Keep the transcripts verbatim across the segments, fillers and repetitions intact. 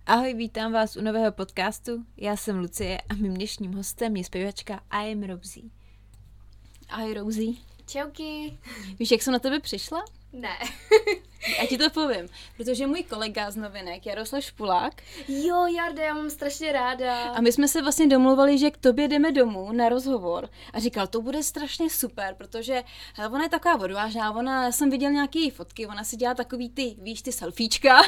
Ahoj, vítám vás u nového podcastu. Já jsem Lucie a mým dnešním hostem je zpěvačka I am Rosie. Ahoj, Rosie. Čauky. Víš, jak jsem na tebe přišla? Ne. Já ti to povím, protože můj kolega z novinek, Jaroslav Špulák. Jo, Jarda, já mám strašně ráda. A my jsme se vlastně domluvali, že k tobě jdeme domů na rozhovor. A říkal, to bude strašně super, protože hele, ona je taková odvážná, ona, já jsem viděl nějaké její fotky, ona si dělá takový ty, víš, ty selfiečka.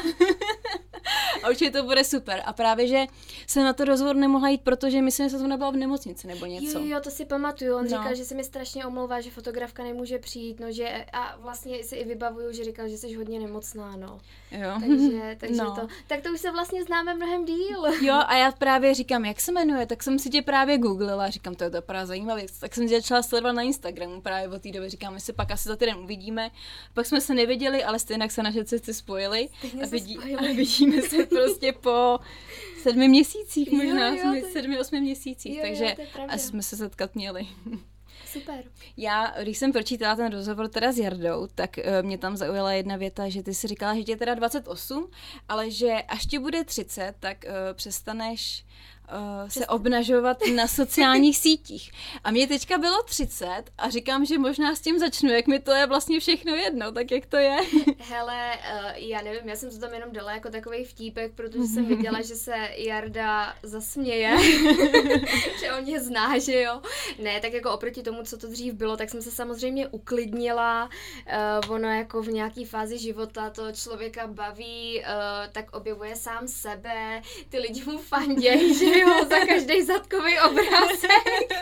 A určitě to bude super. A právě, že jsem na to rozhovor nemohla jít, protože myslím, že ona byla v nemocnici nebo něco. Jo, jo, to si pamatuju. On no. říkal, že se mi strašně omlouvá, že fotografka nemůže přijít, no, že a vlastně si i vybavuju, že říkal, že jsi hodně nemocná, no. Jo. Takže, takže no. to, tak to už se vlastně známe mnohem díl. Jo, a já právě říkám, jak se jmenuje, tak jsem si tě právě googlila, říkám, to je to právě zajímavé, tak jsem tě začala sledovat na Instagramu právě od té doby, říkám, my se pak asi za týden uvidíme, pak jsme se neviděli, ale stejně se naše cesty spojily a, vidí, a vidíme se prostě po sedmi měsících možná, jo, jo, sedmi, osmi měsících, jo, takže jo, asi jsme se setkat měli. Super. Já, když jsem pročítala ten rozhovor teda s Jardou, tak uh, mě tam zaujala jedna věta, že ty si říkala, že tě je teda dvacet osm, ale že až ti bude třicet, tak uh, přestaneš uh, se obnažovat na sociálních sítích. A mě teďka bylo třicet a říkám, že možná s tím začnu, jak mi to je vlastně všechno jedno, tak jak to je? Hele, uh, já nevím, já jsem to tam jenom dala jako takovej vtípek, protože jsem viděla, že se Jarda zasměje, že on mě zná, že jo. Ne, tak jako oproti tomu, co to dřív bylo, tak jsem se samozřejmě uklidnila. Uh, ono jako v nějaký fázi života to člověka baví, uh, tak objevuje sám sebe, ty lidi mu fandějí, že jo, za každý zadkový obrázek.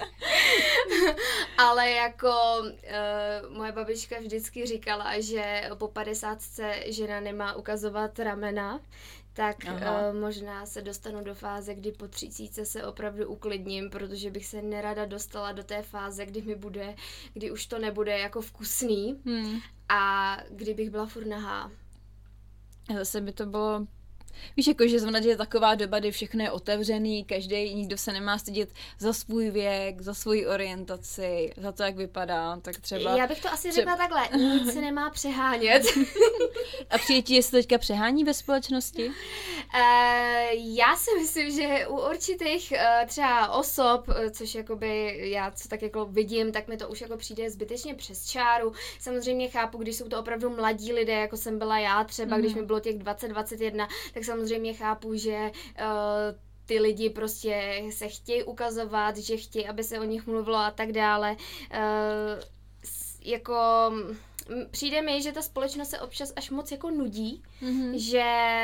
Ale jako uh, moje babička vždycky říkala, že po padesátce žena nemá ukazovat ramena, tak uh, možná se dostanu do fáze, kdy po třicítce se opravdu uklidním, protože bych se nerada dostala do té fáze, kdy mi bude, kdy už to nebude jako vkusný Hmm. a kdybych byla furt nahá. Zase by to bylo... Víš, jako, že znamená, že je taková doba, kdy všechno je otevřený, každý, nikdo se nemá stydět za svůj věk, za svoji orientaci, za to, jak vypadá, tak třeba... Já bych to asi třeba... řekla takhle, nic se nemá přehánět. A přijetí, jestli to teďka přehání ve společnosti? Uh, já si myslím, že u určitých uh, třeba osob, uh, což jakoby já co tak jako vidím, tak mi to už jako přijde zbytečně přes čáru. Samozřejmě chápu, když jsou to opravdu mladí lidé, jako jsem byla já třeba, mm. když mi bylo těch dvacet, dvacet jedna, tak samozřejmě chápu, že uh, ty lidi prostě se chtějí ukazovat, že chtějí, aby se o nich mluvilo a tak dále. Uh, jako... Přijde mi, že ta společnost se občas až moc jako nudí, mm-hmm. že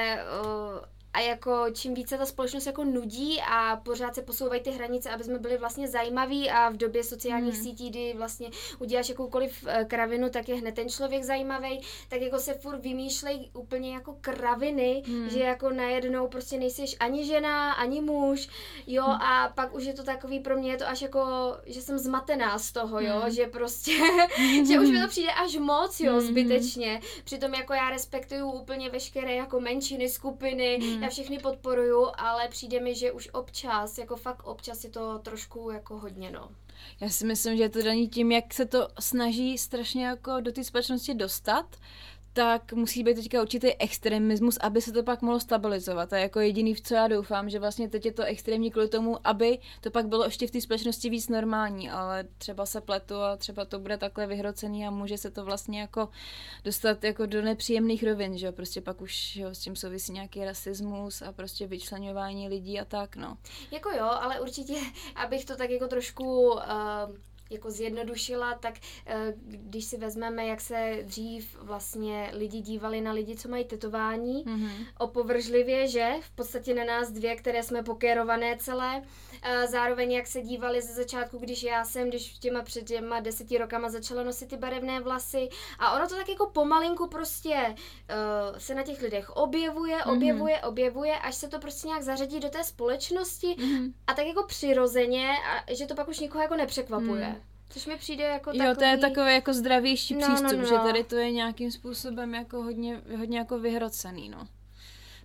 uh, a jako čím více ta společnost jako nudí a pořád se posouvají ty hranice, aby jsme byli vlastně zajímaví a v době sociálních mm. sítí, kdy vlastně uděláš jakoukoliv kravinu, tak je hned ten člověk zajímavý, tak jako se furt vymýšlejí úplně jako kraviny, mm. že jako najednou prostě nejsiš ani žena, ani muž, jo, mm. a pak už je to takový, pro mě je to až jako, že jsem zmatená z toho, jo, mm. že prostě, že už mi to přijde až moc, jo, zbytečně, přitom jako já respektuju úplně veškeré jako menšiny, skupiny, mm. já všechny podporuju, ale přijde mi, že už občas, jako fakt občas je to trošku jako hodně, no. Já si myslím, že je to daný tím, jak se to snaží strašně jako do té společnosti dostat, tak musí být teďka určitý extremismus, aby se to pak mohlo stabilizovat. A jako jediný, v co já doufám, že vlastně teď je to extrémní kvůli tomu, aby to pak bylo ještě v té společnosti víc normální, ale třeba se pletu a třeba to bude takhle vyhrocený a může se to vlastně jako dostat jako do nepříjemných rovin, že jo, prostě pak už jo, s tím souvisí nějaký rasismus a prostě vyčleňování lidí a tak, no. Jako jo, ale určitě, abych to tak jako trošku... Uh... jako zjednodušila, tak když si vezmeme, jak se dřív vlastně lidi dívali na lidi, co mají tetování, mm-hmm. opovržlivě, že? V podstatě na nás dvě, které jsme pokérované celé. Zároveň jak se dívali ze začátku, když já jsem, když těma před těma deseti rokama začala nosit ty barevné vlasy a ono to tak jako pomalinku prostě uh, se na těch lidech objevuje, objevuje, mm-hmm. objevuje, až se to prostě nějak zařadí do té společnosti mm-hmm. a tak jako přirozeně, a že to pak už nikoho jako nepřekvapuje. Mm. Což mi přijde jako takový... Jo, to je takový jako zdravější no, přístup, no, no. že tady to je nějakým způsobem jako hodně, hodně jako vyhrocený, no.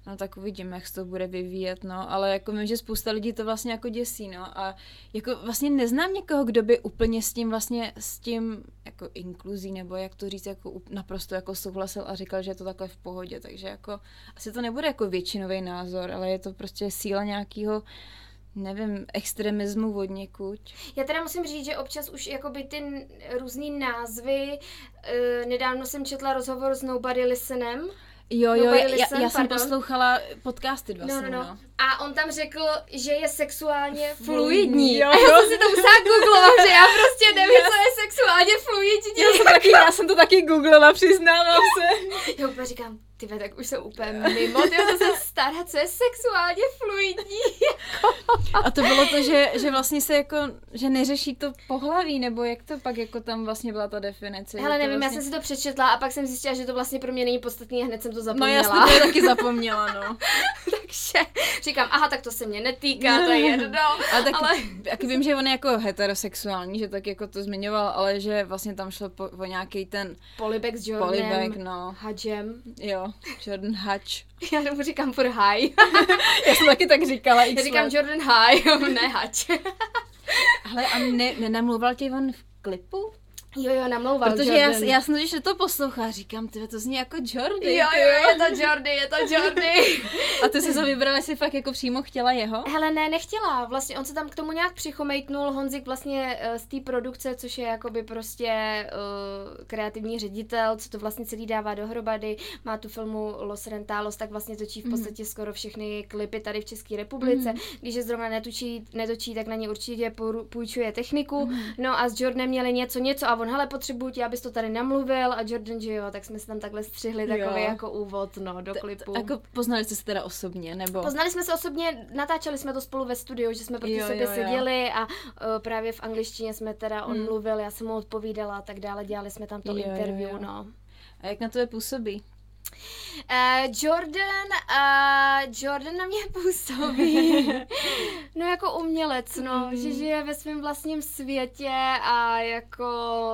No tak uvidíme, jak se to bude vyvíjet, no, ale jako vím, že spousta lidí to vlastně jako děsí, no, a jako vlastně neznám někoho, kdo by úplně s tím vlastně, s tím jako inkluzí, nebo jak to říct, jako naprosto jako souhlasil a říkal, že je to takhle v pohodě, takže jako asi to nebude jako většinový názor, ale je to prostě síla nějakého, nevím, extremismu od někud. Já teda musím říct, že občas už jakoby ty různý názvy, uh, nedávno jsem četla rozhovor s Nobody Listenem. Jo, jo, já, listen, já jsem poslouchala podcasty vlastně, no, no, no. no. A on tam řekl, že je sexuálně fluidní. fluidní jo, a já jsem si to musela googlovat, že já prostě nevím, co je sexuálně fluidní. Já jsem, taky, já jsem to taky googlila, přiznávám se. Já úplně říkám, tyve, tak už jsou úplně mimo, ty to se stará, co je sexuálně fluidní. A to bylo to, že, že vlastně se jako, že neřeší to pohlaví, nebo jak to pak jako tam vlastně byla ta definice. Hele, nevím, vlastně... já jsem si to přečetla a pak jsem zjistila, že to vlastně pro mě není podstatný a hned jsem to zapomněla. No já jsem to taky zapomněla, no. Takže říkám, aha, tak to se mě netýká, to je jedno. A tak, ale... taky vím, že on je jako heterosexuální, že tak jako to zmiňoval, ale že vlastně tam šlo po, o nějaký ten... Polibek s Jordanem, Polibek, no. Hadžem. Jo, Jordan Hatch. Já tomu říkám furt High. Já jsem taky tak říkala. Já říkám let. Jordan High, ne Hatch. Ale a ne, nenamluval tě on v klipu? Jo, jo, namlouval Protože Jordan. já, já jsem totiž to poslouchala, říkám, tyhle, to zní jako Jordy. Jo, jo, je to Jordy, je to Jordy. A ty jsi to vybrala, jestli fakt jako přímo chtěla jeho? Hele, ne, nechtěla. Vlastně on se tam k tomu nějak přichomejtnul, Honzik vlastně uh, z té produkce, což je jakoby prostě uh, kreativní ředitel, co to vlastně celý dává dohromady. Má tu filmu Los Rentalos, tak vlastně točí v podstatě mm. skoro všechny klipy tady v České republice. Mm. Když je zrovna netočí, netočí, tak na ně určitě půjčuje techniku. Mm. No a s Jordanem měli něco, něco a on, hele, potřebuji tě, abys to tady namluvil a Jordan, že jo, tak jsme se tam takhle střihli takový jako úvod, no, do klipu. Jako poznali jste se teda osobně, nebo? Poznali jsme se osobně, natáčeli jsme to spolu ve studiu, že jsme proti jo, sobě jo, jo. seděli a uh, právě v angličtině jsme teda, on hmm. mluvil, já jsem mu odpovídala a tak dále, dělali jsme tam to jo, interview, jo, jo. no. A jak na to je působí? Uh, Jordan, uh, Jordan na mě působí, no jako umělec, no, mm. že žije ve svém vlastním světě a jako,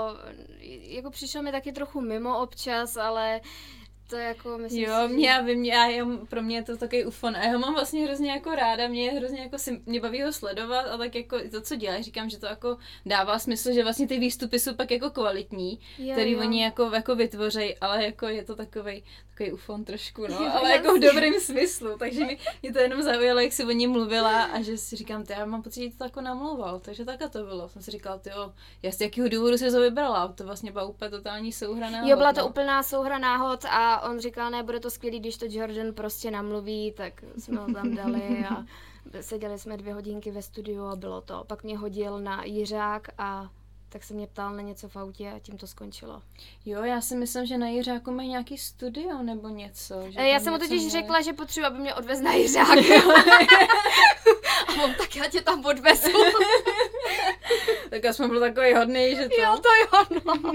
jako přišel mi taky trochu mimo občas, ale to jako myslím jo, si, mě, já vím, já, já, pro mě je to takový ufon a já ho mám vlastně hrozně jako ráda, mě hrozně jako si, mě baví ho sledovat a tak jako to, co dělá, říkám, že to jako dává smysl, že vlastně ty výstupy jsou pak jako kvalitní, jo, který jo. oni jako, jako vytvořejí, ale jako je to takovej, takový ufon trošku, no, jo, ale jako v dobrém smyslu, takže mi, mě to jenom zaujalo, jak si o něm mluvila a že si říkám, ty, já mám pocit, že to jako namlouval, takže takhle to bylo, jsem si říkala, ty jo, já z jakého důvodu si to vybrala, to vlastně byla úplně totální souhra náhod. Jo, byla to no. úplná souhra náhod a on říkal, ne, bude to skvělý, když to Jordan prostě namluví, tak jsme ho tam dali a seděli jsme dvě hodinky ve studiu a bylo to. Pak mě hodil na Jiřák a tak se mě ptal na něco v autě a tím to skončilo. Jo, já si myslím, že na Jiřáku mají nějaký studio nebo něco. Že já jsem mu totiž mají... řekla, že potřebuji, aby mě odvez na Jiřák. A on, tak já tě tam odvezu. Tak aspoň byl takový hodný, že to... Jo, to jo, no.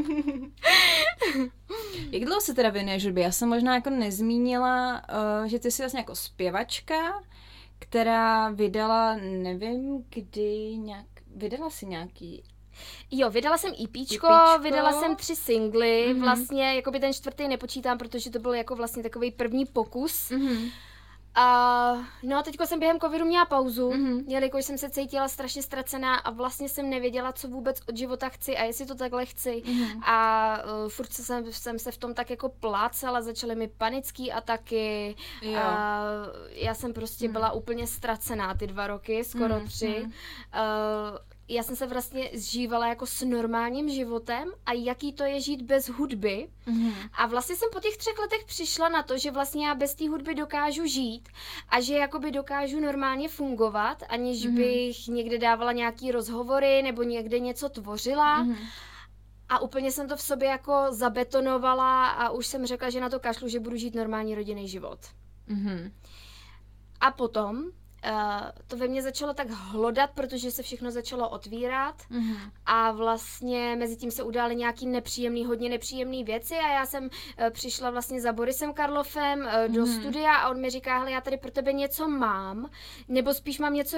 Jak dlouho se teda věnuješ hudbě? Já jsem možná jako nezmínila, uh, že ty jsi vlastně jako zpěvačka, která vydala, nevím kdy, nějak, vydala si nějaký... Jo, vydala jsem EPčko, EPčko. Vydala jsem tři singly, mm-hmm. vlastně jakoby ten čtvrtý nepočítám, protože to byl jako vlastně takový první pokus. Mm-hmm. A no a teďko jsem během covidu měla pauzu, mm-hmm. jelikož jsem se cítila strašně ztracená a vlastně jsem nevěděla, co vůbec od života chci a jestli to takhle chci. Mm-hmm. A uh, furt jsem, jsem se v tom tak jako plácala, začaly mi panické ataky jo. a já jsem prostě mm. byla úplně ztracená ty dva roky, skoro mm, tři. Mm. Uh, já jsem se vlastně zžívala jako s normálním životem a jaký to je žít bez hudby. Mm-hmm. A vlastně jsem po těch třech letech přišla na to, že vlastně já bez té hudby dokážu žít a že jakoby dokážu normálně fungovat, aniž mm-hmm. bych někde dávala nějaký rozhovory nebo někde něco tvořila. Mm-hmm. A úplně jsem to v sobě jako zabetonovala a už jsem řekla, že na to kašlu, že budu žít normální rodinný život. Mm-hmm. A potom Uh, to ve mně začalo tak hlodat, protože se všechno začalo otvírat mm-hmm. a vlastně mezi tím se udály nějaký nepříjemný, hodně nepříjemný věci a já jsem uh, přišla vlastně za Borisem Karlofem uh, mm-hmm. do studia a on mi říká, hele, já tady pro tebe něco mám, nebo spíš mám něco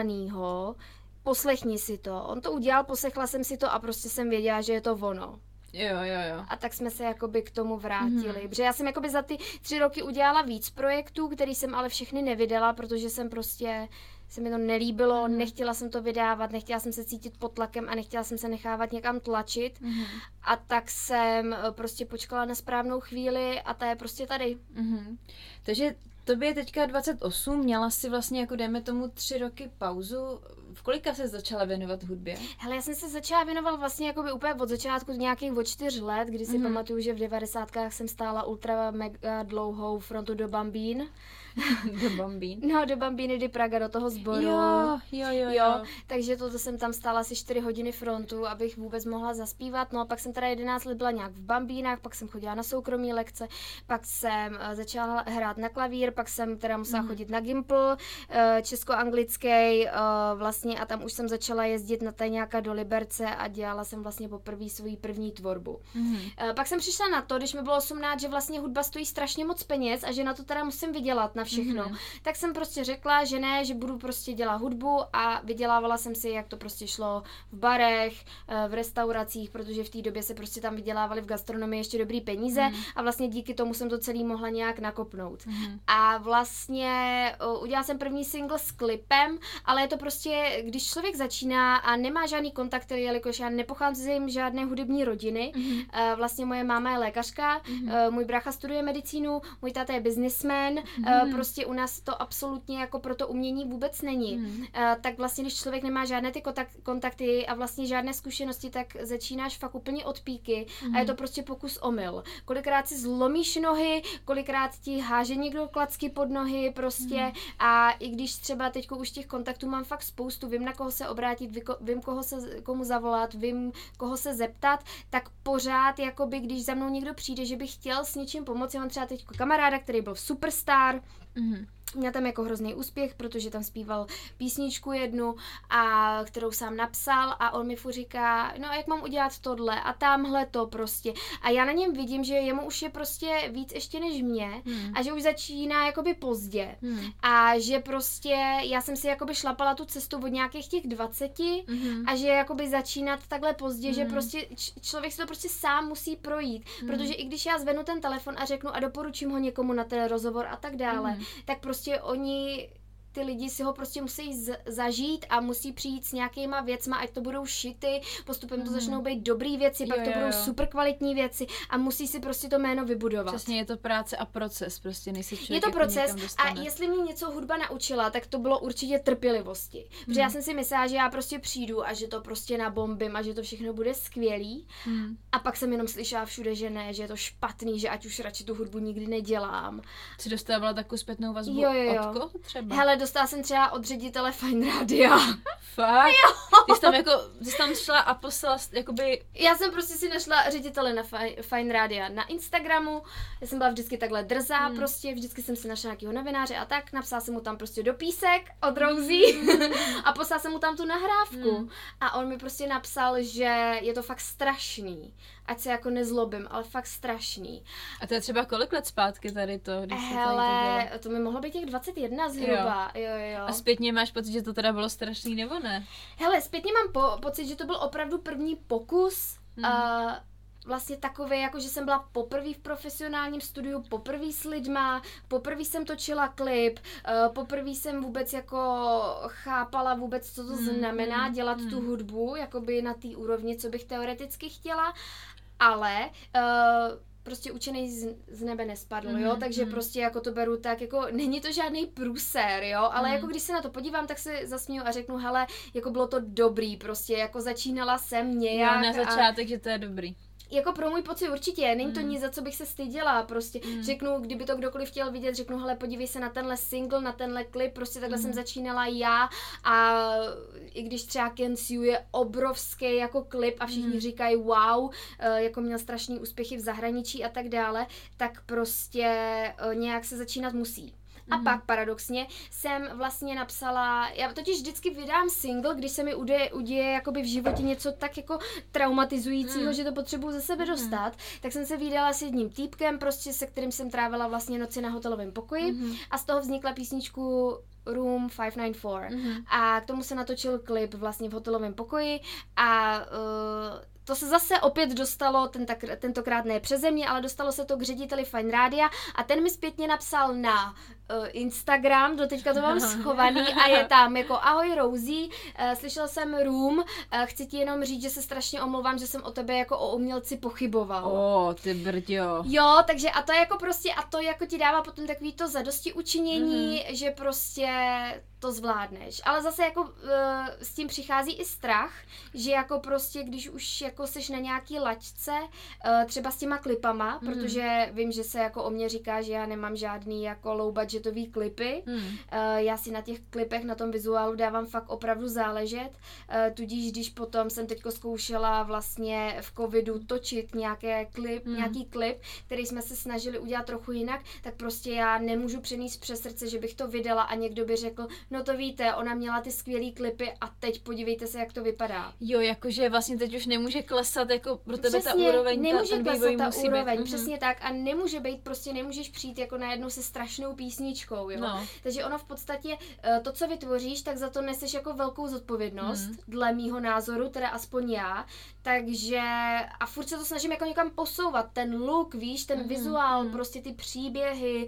rozdělanýho, poslechni si to. On to udělal, poslechla jsem si to a prostě jsem věděla, že je to ono. Jo, jo, jo. A tak jsme se jakoby k tomu vrátili. Mhm. Protože já jsem jakoby za ty tři roky udělala víc projektů, který jsem ale všechny nevydala, protože jsem prostě, se mi to nelíbilo, Mhm. nechtěla jsem to vydávat, nechtěla jsem se cítit pod tlakem a nechtěla jsem se nechávat někam tlačit. Mhm. A tak jsem eh, prostě počkala na správnou chvíli a ta je prostě tady. Mhm. Takže tobě je teďka dvacet osm, měla si vlastně jako dejme tomu tři roky pauzu. V kolika se začala věnovat hudbě? Hele, já jsem se začala věnovat vlastně jakoby úplně od začátku nějakých od čtyř let, kdy si Mhm. pamatuju, že v devadesátkách jsem stála ultra mega dlouhou frontu do Bambín. Do Bambín. No, do Bambíny di Praga, do toho sboru. Jo, jo, jo, Jo, jo. takže to, to jsem tam stála asi čtyři hodiny frontu, abych vůbec mohla zaspívat. No a pak jsem teda jedenáct let byla nějak v Bambínách, pak jsem chodila na soukromí lekce, pak jsem uh, začala hrát na klavír, pak jsem teda musela Mhm. chodit na Gimpl, uh, česko-anglický, uh, vlastně a tam už jsem začala jezdit na tajňáka do Liberce a dělala jsem vlastně poprvé svou první tvorbu. Mhm. Uh, pak jsem přišla na to, když mi bylo osmnáct, že vlastně hudba stojí strašně moc peněz a že na to teda musím vydělat na všechno. Mhm. Tak jsem prostě řekla, že ne, že budu prostě dělat hudbu a vydělávala jsem si, jak to prostě šlo v barech, eh, v restauracích, protože v té době se prostě tam vydělávali v gastronomii ještě dobrý peníze Mhm. a vlastně díky tomu jsem to celý mohla nějak nakopnout. Mhm. A vlastně uh, udělala jsem první single s klipem, ale je to prostě, když člověk začíná a nemá žádný kontakt, jelikož já nepocházím z žádné hudební rodiny, Mhm. uh, vlastně moje máma je lékařka, Mhm. uh, můj brácha studuje medicínu, můj táta je businessman, Mhm. uh, prostě u nás to absolutně jako pro to umění vůbec není. Mhm. Uh, tak vlastně, když člověk nemá žádné ty kontak- kontakty a vlastně žádné zkušenosti, tak začínáš fakt úplně od píky a je to prostě pokus omyl. Kolikrát si zlomíš nohy, kolikrát ti háže někdo klacky pod nohy prostě a i když třeba teď už těch kontaktů mám fakt spoustu, vím na koho se obrátit, vím, vím koho se, komu zavolat, vím koho se zeptat, tak pořád jakoby, když za mnou někdo přijde, že by chtěl s něčím pomoct, já mám třeba teď kamaráda, který byl superstar, Mhm. měl tam jako hrozný úspěch, protože tam zpíval písničku jednu, a kterou sám napsal a on mi furt říká, no jak mám udělat tohle a tamhle to prostě. A já na něm vidím, že jemu už je prostě víc ještě než mě Mhm. a že už začíná jakoby pozdě. Mhm. A že prostě já jsem si jakoby šlapala tu cestu od nějakých těch dvaceti Mhm. a že jakoby začínat takhle pozdě, že Mhm. prostě č- člověk si to prostě sám musí projít. Mhm. Protože i když já zvednu ten telefon a řeknu a doporučím ho někomu na ten rozhovor a tak dále, Mhm. tak prostě oni, ty lidi si ho prostě musí z- zažít a musí přijít s nějakýma věcma, ať to budou šity, postupem to Mhm. začnou být dobrý věci, pak Jo, to jo, budou jo. super kvalitní věci a musí si prostě to jméno vybudovat. Přesně, je to práce a proces, prostě nejsi člověk Je to jako proces někam a dostane. jestli mě něco hudba naučila, tak to bylo určitě trpělivosti. Protože Mhm. já jsem si myslela, že já prostě přijdu a že to prostě nabombím a že to všechno bude skvělý. Mhm. A pak jsem jenom slyšela všude, že ne, že je to špatný, že ať už radši tu hudbu nikdy nedělám. Jsi dostávala takovou zpětnou vazbu Jo, jo, jo. od koho třeba? Hele, dostala jsem třeba od ředitele Fine Rádia. Fakt? Ty jsi tam jako, ty jsi tam šla a poslala, s- jakoby, Já jsem prostě si našla ředitele na Fi- Fine Rádia na Instagramu, já jsem byla vždycky takhle drzá, Hmm. hmm. prostě vždycky jsem si našla nějakého novináře a tak, napsala jsem mu tam prostě dopisek od Rosie a poslala jsem mu tam tu nahrávku Hmm. a on mi prostě napsal, že je to fakt strašný, ať se jako nezlobím, ale fakt strašný. a to je třeba kolik let zpátky tady to, když se tady to Hele, dělo? to mi mohlo být těch dvacet jedna zhruba, jo, jo, jo. A zpětně máš pocit, že to teda bylo strašný, nebo ne? Hele, zpětně mám po- pocit, že to byl opravdu první pokus, Mhm. uh, vlastně takový, jako že jsem byla poprvé v profesionálním studiu, poprvé s lidma, poprvé jsem točila klip, uh, poprvé jsem vůbec jako chápala vůbec, co to Mhm, znamená mhm, dělat mhm. tu hudbu, jakoby na té úrovni, co bych teoreticky chtěla, ale uh, prostě učený z, z nebe nespadl, Mhm, jo, takže mhm. prostě jako to beru tak, jako není to žádný průser, jo, ale Mhm. jako když se na to podívám, tak se zasměju a řeknu, hele, jako bylo to dobrý, prostě jako začínala jsem nějak Jo, na a začátek, že to je dobrý. jako pro můj pocit určitě, není to Mm. nic, za co bych se styděla, prostě Mm. řeknu, kdyby to kdokoliv chtěl vidět, řeknu, hele, podívej se na tenhle single, na tenhle klip, prostě takhle Mm. jsem začínala já a i když třeba Can See You je obrovský jako klip a všichni Mm. říkají wow, eh, jako měl strašný úspěchy v zahraničí a tak dále, tak prostě eh, nějak se začínat musí. A Mhm. pak paradoxně jsem vlastně napsala, já totiž vždycky vydám single, když se mi uděje, uděje jakoby v životě něco tak jako traumatizujícího, Mm. že to potřebuju ze sebe dostat, tak jsem se vydala s jedním týpkem, prostě se kterým jsem trávila vlastně noci na hotelovém pokoji Mhm. a z toho vznikla písničku Room pět set čtyřicet čtyři. Mhm. A k tomu se natočil klip vlastně v hotelovém pokoji a uh, to se zase opět dostalo, tentak, tentokrát ne přeze mě, ale dostalo se to k řediteli Fine Rádia a ten mi zpětně napsal na uh, Instagram, doteďka to mám schovaný a je tam jako ahoj Rosie, uh, slyšel jsem Room, uh, chci ti jenom říct, že se strašně omlouvám, že jsem o tebe jako o umělci pochyboval. O, oh, ty brďo. Jo, takže a to je jako prostě, a to jako ti dává potom takový to zadosti učinění, mm-hmm. že prostě to zvládneš. Ale zase jako uh, s tím přichází i strach, že jako prostě, když už jako seš na nějaký laťce, uh, třeba s těma klipama, mm. protože vím, že se jako o mě říká, že já nemám žádný jako low budgetový klipy. Mm. Uh, já si na těch klipech, na tom vizuálu dávám fakt opravdu záležet. Uh, tudíž, když potom jsem teďko zkoušela vlastně v covidu točit nějaké klip, mm. nějaký klip, který jsme se snažili udělat trochu jinak, tak prostě já nemůžu přenést přes srdce, že bych to vydala a někdo by řekl, no to víte, ona měla ty skvělý klipy a teď podívejte se, jak to vypadá. Jo, jakože vlastně teď už nemůže klesat jako pro tebe přesně, ta úroveň, nemůže ta, klesat ta musí úroveň, být. Přesně tak a nemůže být, prostě nemůžeš přijít jako najednou se strašnou písničkou, jo. No. Takže ono v podstatě to, co vytvoříš, tak za to neseš jako velkou zodpovědnost, mm. dle mýho názoru, teda aspoň já, takže a furt se to snažím jako někam posouvat, ten look, víš, ten mm. vizuál, mm. prostě ty příběhy,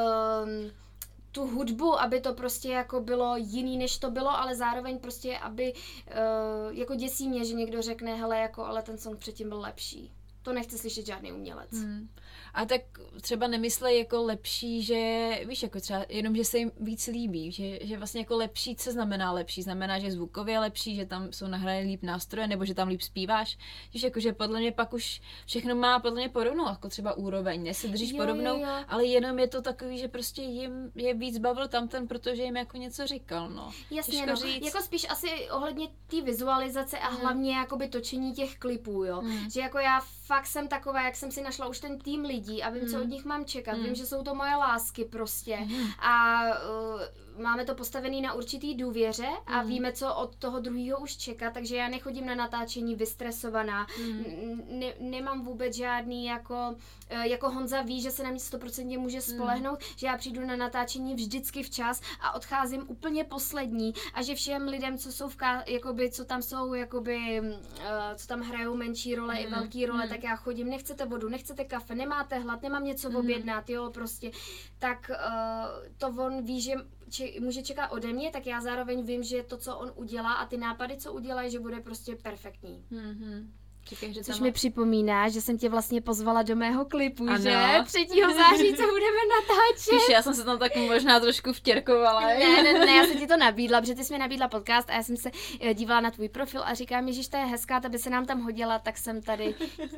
um, tu hudbu, aby to prostě jako bylo jiný, než to bylo, ale zároveň prostě, aby uh, jako děsí mě, že někdo řekne, hele, jako, ale ten song předtím byl lepší. To nechce slyšet žádný umělec. Hmm. A tak třeba nemyslej jako lepší, že víš, jako třeba jenom, že se jim víc líbí, že, že vlastně jako lepší, co znamená lepší? Znamená, že zvukově lepší, že tam jsou nahrané líp nástroje, nebo že tam líp zpíváš? Víš, jako, že podle mě pak už všechno má podle mě podobnou, jako třeba úroveň, ne se držíš jo, podobnou, jo, jo. ale jenom je to takový, že prostě jim je víc bavil tamten, protože jim jako něco říkal, no. Jasně, no. Říct. Jako spíš asi ohledně té vizualizace a hmm. hlavně jakoby točení těch klipů, jo. Hmm. Že jako já fakt jsem taková, jak jsem si našla už ten tým lidí a vím, mm. co od nich mám čekat. Mm. Vím, že jsou to moje lásky prostě. Mm. A uh, máme to postavený na určitý důvěře a mm. víme, co od toho druhého už čekat, takže já nechodím na natáčení vystresovaná. Mm. Ne, nemám vůbec žádný jako, uh, jako Honza ví, že se na mě sto procent může spolehnout, mm. že já přijdu na natáčení vždycky včas a odcházím úplně poslední a že všem lidem, co jsou v ká, jakoby, co tam jsou, jakoby, uh, co tam hrajou menší role mm. i velký role, mm. tak já chodím, nechcete vodu, nechcete kafe, nemáte hlad, nemám něco objednat, jo, prostě, tak uh, to on ví, že či, může čekat ode mě, tak já zároveň vím, že to, co on udělá a ty nápady, co udělají, že bude prostě perfektní. Mm-hmm. Čekaj, že Což tam... mi připomíná, že jsem tě vlastně pozvala do mého klipu, ano. že? třetího září, co budeme natáčet. Víš, já jsem se tam tak možná trošku vtěrkovala. Ne, ne, ne, já jsem ti to nabídla, protože ty jsi mi nabídla podcast a já jsem se dívala na tvůj profil a říkám, ježiš, to je hezká, ta by se nám tam hodila, tak jsem tady...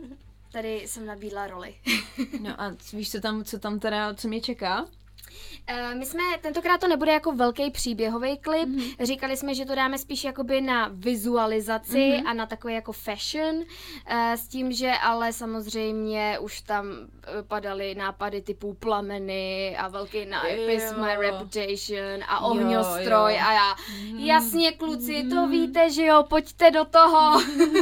Tady jsem nabídla roli. No a víš, co tam, co tam teda, co mě čeká? Uh, my jsme, tentokrát to nebude jako velký příběhový klip, mm-hmm. říkali jsme, že to dáme spíš jakoby na vizualizaci mm-hmm. a na takový jako fashion, uh, s tím, že ale samozřejmě už tam padaly nápady typu plameny a velký nápis jo. My Reputation a ohňostroj a já, mm-hmm. jasně kluci, mm-hmm. to víte, že jo, pojďte do toho.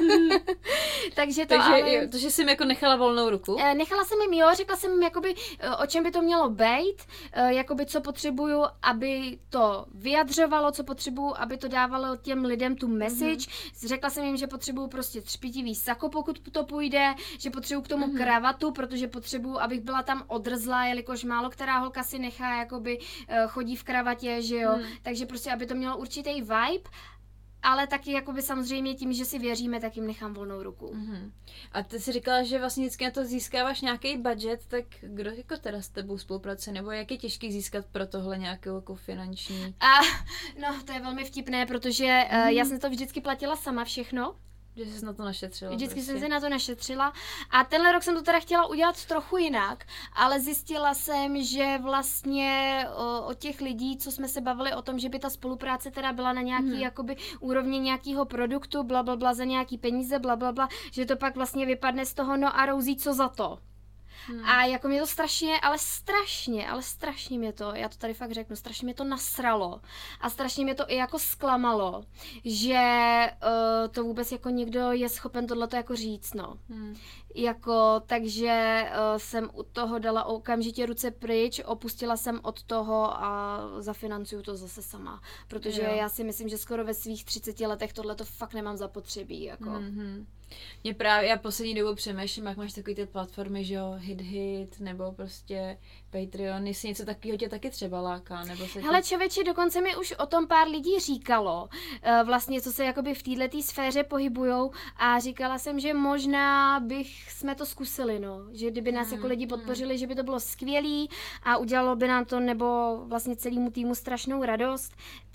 Takže to Takže ale... jo, to, že jsi mi jako nechala volnou ruku? Uh, nechala jsem jim, jo, řekla jsem jim, jakoby, uh, o čem by to mělo být, uh, jakoby co potřebuju, aby to vyjadřovalo, co potřebuju, aby to dávalo těm lidem tu message. Mm-hmm. Řekla jsem jim, že potřebuju prostě třpitivý sako, pokud to půjde, že potřebuju k tomu mm-hmm. kravatu, protože potřebuju, abych byla tam odrzlá, jelikož málo která holka si nechá, jakoby uh, chodí v kravatě, že jo. Mm. Takže prostě, aby to mělo určitý vibe. Ale taky jakoby samozřejmě tím, že si věříme, tak jim nechám volnou ruku. Mm-hmm. A ty jsi říkala, že vlastně vždycky na to získáváš nějaký budget, tak kdo jako teda s tebou spolupracuje, nebo jak je těžký získat pro tohle nějakou jako finanční? A, no, to je velmi vtipné, protože mm-hmm. uh, já jsem to vždycky platila sama všechno. Že jsi na to našetřila. Vždycky prostě. jsem si na to našetřila a tenhle rok jsem to teda chtěla udělat trochu jinak, ale zjistila jsem, že vlastně o, od těch lidí, co jsme se bavili o tom, že by ta spolupráce teda byla na nějaký hmm. jakoby úrovni nějakého produktu, blablabla, bla, bla, za nějaký peníze, blablabla, bla, bla, že to pak vlastně vypadne z toho, no a Rosie, co za to? Hmm. A jako mě to strašně, ale strašně, ale strašně mě to, já to tady fakt řeknu, strašně mě to nasralo a strašně mě to i jako zklamalo, že uh, to vůbec jako někdo je schopen tohleto jako říct, no. Hmm. Jako, takže uh, jsem u toho dala okamžitě ruce pryč, opustila jsem od toho a zafinancuju to zase sama. Protože jo. já si myslím, že skoro ve svých třiceti letech tohle to fakt nemám zapotřebí. Jako. Mm-hmm. Mě právě, já poslední dobu přemýšlím, jak máš takový ty platformy, že jo, Hit Hit, nebo prostě Patreon, jestli něco takového tě taky třeba láká, nebo se... Hele člověče, dokonce mi už o tom pár lidí říkalo, vlastně co se jakoby v této sféře pohybujou a říkala jsem, že možná bych jsme to zkusili, no, že kdyby nás mm, jako lidi podpořili, mm. že by to bylo skvělý a udělalo by nám to nebo vlastně celému týmu strašnou radost,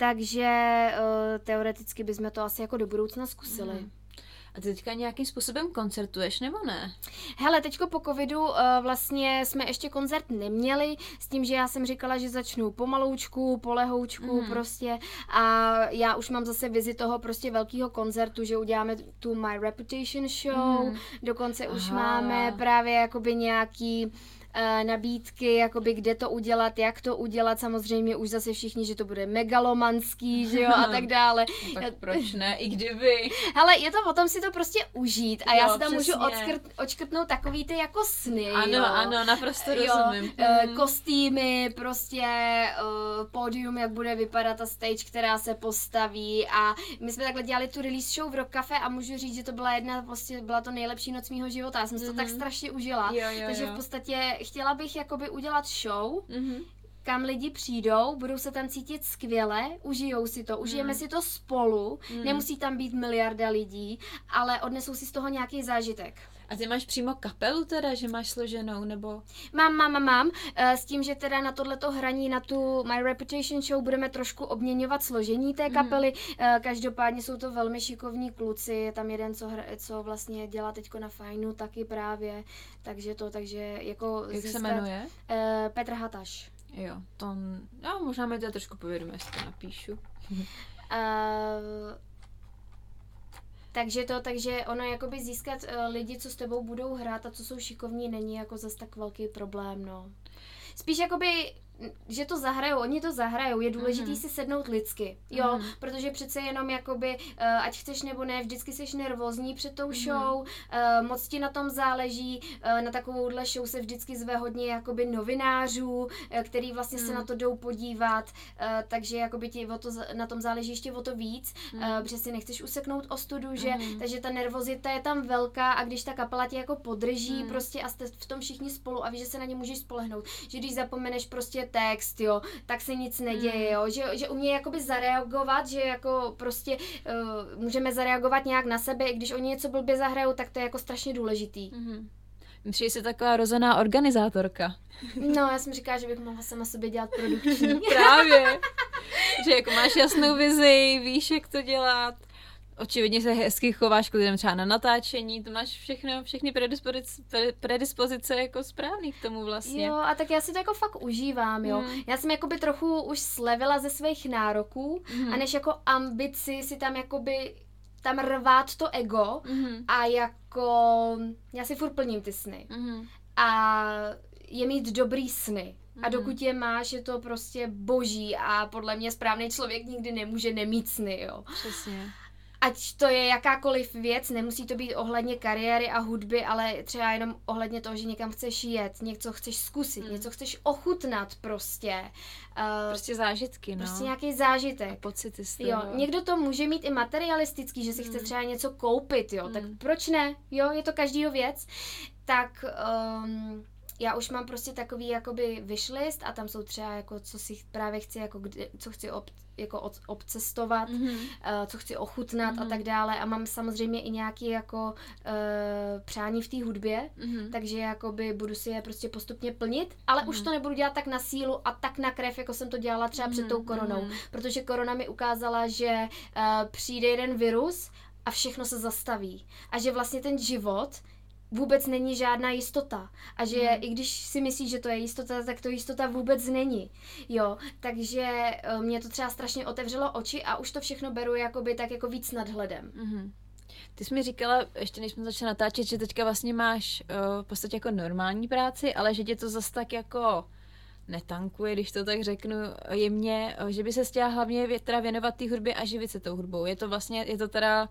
takže uh, teoreticky bychom to asi jako do budoucna zkusili. Mm. A ty teďka nějakým způsobem koncertuješ, nebo ne? Hele, teďko po covidu uh, vlastně jsme ještě koncert neměli, s tím, že já jsem říkala, že začnu pomaloučku, polehoučku mm. prostě a já už mám zase vizi toho prostě velkého koncertu, že uděláme tu My Reputation show, mm. dokonce Aha. už máme právě jakoby nějaký nabídky, jakoby kde to udělat, jak to udělat, samozřejmě už zase všichni, že to bude megalomanský, že jo, a tak dále. No, tak proč ne, i kdyby. Hele, je to o tom si to prostě užít a jo, já si tam přesně. můžu odskrt, odškrtnout takový ty jako sny, Ano, jo. ano, naprosto rozumím. Mm. Kostýmy, prostě uh, pódium, jak bude vypadat ta stage, která se postaví a my jsme takhle dělali tu release show v Rock Cafe a můžu říct, že to byla jedna, vlastně byla to nejlepší noc mýho života, já jsem si mm. to tak strašně užila, jo, jo, takže jo. v podstatě chtěla bych jakoby udělat show, mm-hmm. kam lidi přijdou, budou se tam cítit skvěle, užijou si to, užijeme mm. si to spolu, mm. nemusí tam být miliarda lidí, ale odnesou si z toho nějaký zážitek. A ty máš přímo kapelu teda, že máš složenou, nebo? Mám, mám, mám, s tím, že teda na tohleto hraní, na tu My Reputation show budeme trošku obměňovat složení té kapely, mm. každopádně jsou to velmi šikovní kluci, je tam jeden, co, hra, co vlastně dělá teďko na Fajnu, taky právě, takže to, takže jako Jak získat, se jmenuje? Uh, Petr Hataš. Jo, to, já možná mi to trošku povědomí, jestli to napíšu. uh, Takže to, takže ono jakoby získat uh, lidi, co s tebou budou hrát a co jsou šikovní, není jako zas tak velký problém, no. Spíš jakoby, že to zahrajou, oni to zahrajou, je důležitý mm. si sednout lidsky, jo, mm. protože přece jenom jakoby, uh, ať chceš nebo ne, vždycky jsi nervózní před tou show, mm. uh, moc ti na tom záleží, uh, na takovouhle show se vždycky zve hodně jakoby novinářů, uh, který vlastně mm. se na to jdou podívat, uh, takže jakoby ti o to, na tom záleží ještě o to víc, mm. uh, protože si nechceš useknout ostudu, že, mm. takže ta nervozita je tam velká a když ta kapela tě jako podrží mm. prostě a jste v tom všichni spolu a víš, že se na ně můžeš spolehnout, že když zapomeneš prostě text, jo, tak se nic neděje, jo, že, že umějí jakoby zareagovat, že jako prostě uh, můžeme zareagovat nějak na sebe, i když oni něco blbě zahrajou, tak to je jako strašně důležitý. Mm-hmm. Myslíš, že jsi taková rozená organizátorka? No, já jsem říkala, že bych mohla sama sobě dělat produkční. Právě, že jako máš jasnou vizi, víš, jak to dělat. Očividně se hezky chováš k lidem třeba na natáčení, to máš všechno, všechny predispozice, predispozice jako správný k tomu vlastně. Jo, a tak já si to jako fakt užívám, jo. Mm. Já jsem jakoby trochu už slevila ze svých nároků mm. a než jako ambici si tam jakoby tam rvát to ego mm. a jako já si furt plním ty sny. Mm. A je mít dobrý sny. A dokud je máš, je to prostě boží a podle mě správný člověk nikdy nemůže nemít sny, jo. Přesně. Ať to je jakákoliv věc, nemusí to být ohledně kariéry a hudby, ale třeba jenom ohledně toho, že někam chceš jet, něco chceš zkusit, mm. něco chceš ochutnat prostě. Uh, prostě zážitky, no. Prostě nějaký zážitek. A pocity z toho. Jo, někdo to může mít i materialistický, že si mm. chce třeba něco koupit, jo, mm. tak proč ne? Jo, je to každýho věc. Tak... Um, já už mám prostě takový jakoby wishlist a tam jsou třeba jako, co si právě chci, jako kde, co chci ob, jako od, obcestovat, mm-hmm. uh, co chci ochutnat mm-hmm. a tak dále a mám samozřejmě i nějaké jako uh, přání v té hudbě, mm-hmm. takže jakoby budu si je prostě postupně plnit, ale mm-hmm. už to nebudu dělat tak na sílu a tak na krev, jako jsem to dělala třeba mm-hmm. před tou koronou, mm-hmm. protože korona mi ukázala, že uh, přijde jeden virus a všechno se zastaví a že vlastně ten život vůbec není žádná jistota. A že hmm. i když si myslíš, že to je jistota, tak to jistota vůbec není. Jo, takže mě to třeba strašně otevřelo oči a už to všechno beru jakoby tak jako víc nadhledem. Hmm. Ty jsi mi říkala, ještě než jsme začali natáčet, že teďka vlastně máš uh, v podstatě jako normální práci, ale že tě to zas tak jako netankuje, když to tak řeknu jemně, že by se chtěla hlavně teda věnovat té hudbě a živit se tou hudbou. Je to vlastně, je to teda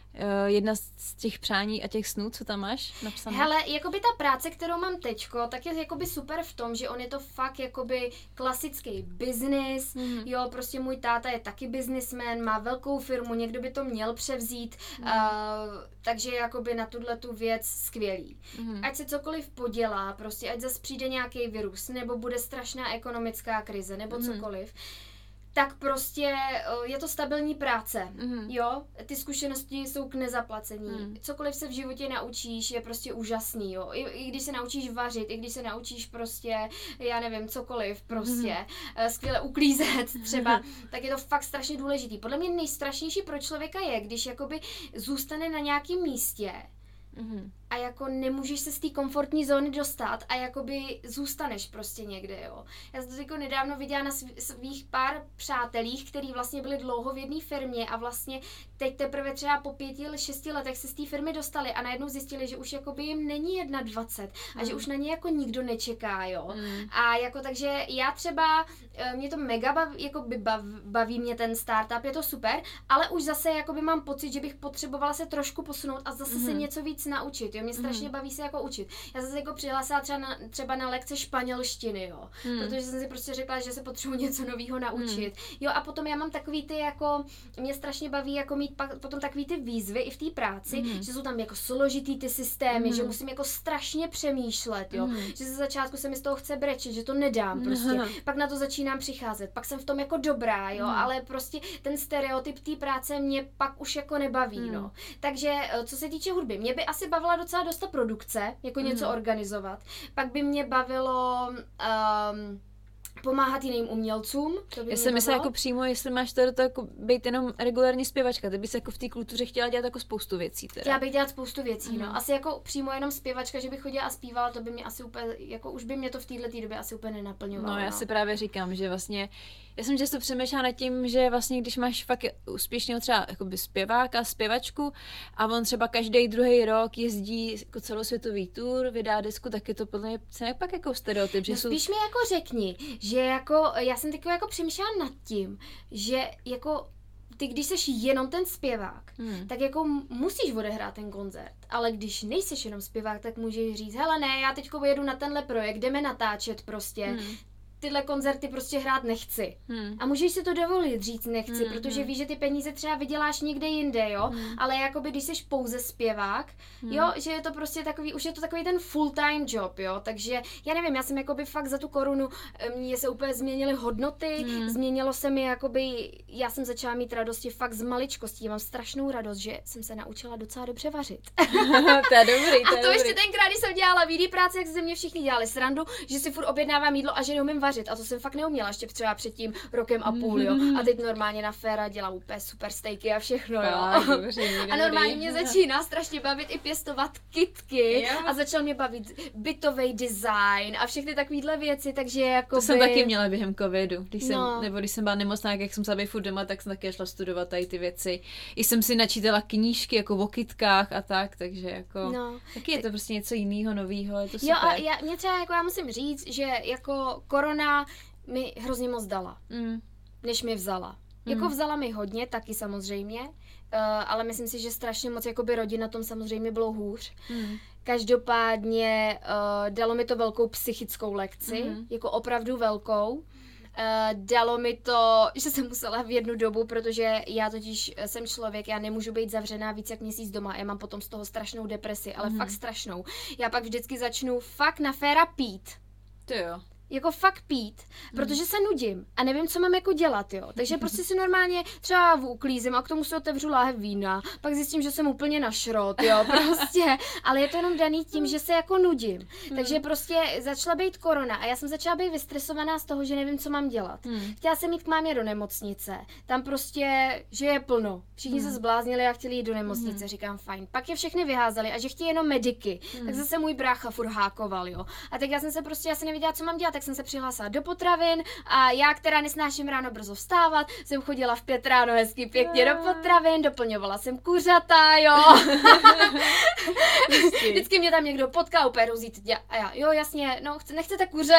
jedna z těch přání a těch snů, co tam máš napsané? Hele, jakoby ta práce, kterou mám teďko, tak je jakoby super v tom, že on je to fakt jakoby klasický biznis, mm. jo, prostě můj táta je taky biznismen, má velkou firmu, někdo by to měl převzít, mm. uh, takže jakoby na tuhle tu věc skvělý. Mm. Ať se cokoliv podělá, prostě ať zase přijde nějaký virus, nebo bude strašná ekonomická krize, nebo mm. cokoliv, tak prostě je to stabilní práce, mm. jo, ty zkušenosti jsou k nezaplacení, mm. cokoliv se v životě naučíš je prostě úžasný, jo, I, i když se naučíš vařit, i když se naučíš prostě, já nevím, cokoliv prostě, mm. skvěle uklízet třeba, tak je to fakt strašně důležitý. Podle mě nejstrašnější pro člověka je, když jakoby zůstane na nějakém místě, mm. a jako nemůžeš se z té komfortní zóny dostat a jakoby zůstaneš prostě někde, jo. Já jsem to jako nedávno viděla na svých pár přátelích, kteří vlastně byli dlouho v jedné firmě a vlastně teď teprve třeba po pěti ili šesti letech se z té firmy dostali a najednou zjistili, že už jakoby jim není dvacet jedna a mm. že už na ně jako nikdo nečeká, jo. Mm. A jako takže já třeba, mě to mega baví, jako by bav, baví mě ten startup, je to super, ale už zase jakoby mám pocit, že bych potřebovala se trošku posunout a zase mm. se něco víc naučit, jo. Mě strašně mm. baví se jako učit. Já jsem se jako přihlásila třeba na, třeba na lekce španělštiny, jo. Mm. Protože jsem si prostě řekla, že se potřebuji něco nového naučit. Mm. Jo, a potom já mám takový ty jako, mě strašně baví jako mít pak, potom takový ty výzvy i v té práci, mm. že jsou tam jako složitý ty systémy, mm. že musím jako strašně přemýšlet, jo. Mm. Že ze začátku se mi z toho chce brečet, že to nedám prostě. Mm. Pak na to začínám přicházet. Pak jsem v tom jako dobrá, jo, mm. ale prostě ten stereotyp té práce mě pak už jako nebaví, mm. no. Takže co se týče hudby, mě by asi bavila docela dost ta produkce, jako mm. něco organizovat. Pak by mě bavilo um, pomáhat jiným umělcům. To by Já jsem myslela jako přímo, jestli máš tady to jako být jenom regulární zpěvačka, ty bys jako v té kultuře chtěla dělat jako spoustu věcí. Teda. Chtěla bych dělat spoustu věcí, mm. no. Asi jako přímo jenom zpěvačka, že bych chodila a zpívala, to by mě asi úplně, jako už by mě to v této době asi úplně nenaplňovalo. No já no. si právě říkám, že vlastně, já jsem často přemýšlela nad tím, že vlastně když máš fakt úspěšného třeba jakoby zpěváka, zpěvačku a on třeba každý druhý rok jezdí jako celosvětový tour, vydá disku, tak je to podle mě pak jako stereotyp, že no, jsou... Spíš mi jako řekni, že jako, já jsem teď jako přemýšlela nad tím, že jako ty, když seš jenom ten zpěvák, hmm. tak jako musíš odehrát ten koncert, ale když nejseš jenom zpěvák, tak můžeš říct, hele ne, já teďko jedu na tenhle projekt, jdeme natáčet prostě, hmm. tyhle koncerty prostě hrát nechci. Hmm. A můžeš si to dovolit říct nechci, hmm. protože víš, že ty peníze třeba vyděláš někde jinde, jo, hmm. ale jakoby když jsi pouze zpěvák, hmm. jo, že je to prostě takový, už je to takový ten full time job, jo, takže já nevím, já jsem jakoby fakt za tu korunu, mně se úplně změnily hodnoty, hmm. změnilo se mi jakoby, já jsem začala mít radosti fakt z maličkostí, já mám strašnou radost, že jsem se naučila docela dobře vařit. To je dobrý, to je A to dobrý. Ještě tenkrát, když jsem dělala výdý práce, jak se mě všichni dělali srandu, že si furt objednávám jídlo a že neumím vařit. A to jsem fakt neuměla ještě třeba před tím rokem a půl, jo. A teď normálně na Féra dělám úplně super stejky a všechno, jo. A, dobře, a normálně mě začíná strašně bavit i pěstovat kytky jo. a začal mě bavit bytový design a všechny takovýhle věci, takže jako To by... jsem taky měla během covidu, když jsem, no. nebo když jsem byla nemocná, jak jsem se být furt doma, tak jsem taky šla studovat tady ty věci. I jsem si načítala knížky jako o kytkách a tak, takže jako no. taky je to prostě něco jiného, nového, je to super. Jo a já, mě třeba jako já musím říct, že jako korona mi hrozně moc dala, mm. než mi vzala. Mm. Jako vzala mi hodně, taky samozřejmě, uh, ale myslím si, že strašně moc jakoby rodin na tom samozřejmě bylo hůř. Mm. Každopádně uh, dalo mi to velkou psychickou lekci, mm. jako opravdu velkou. Uh, dalo mi to, že jsem musela v jednu dobu, protože já totiž jsem člověk, já nemůžu být zavřená víc jak měsíc doma, já mám potom z toho strašnou depresi, ale mm. fakt strašnou. Já pak vždycky začnu fakt na Féra pít. To jo. Jako fakt pít, protože se nudím a nevím, co mám jako dělat, jo. Takže prostě si normálně třeba uklízím a k tomu si otevřu láhev vína, pak zjistím, že jsem úplně na šrot, jo, prostě. Ale je to jenom daný tím, že se jako nudím. Takže prostě začala být korona a já jsem začala být vystresovaná z toho, že nevím, co mám dělat. Chtěla jsem jít k mámě do nemocnice, tam prostě, že je plno. Všichni se zbláznili a chtěli jít do nemocnice, říkám fajn. Pak je všechny vyházeli a že chtějí jenom mediky. Tak zase můj brácha furt hákoval, jo. A tak já jsem se prostě, já se nevěděla, co mám dělat. tak jsem se přihlásila do potravin a já, která nesnáším ráno brzo vstávat, jsem chodila v pět ráno hezky pěkně do potravin, doplňovala jsem kuřata, jo. Vždycky mě tam někdo potká, úplně rozít a já, jo, jasně, no, chce, nechcete kuře?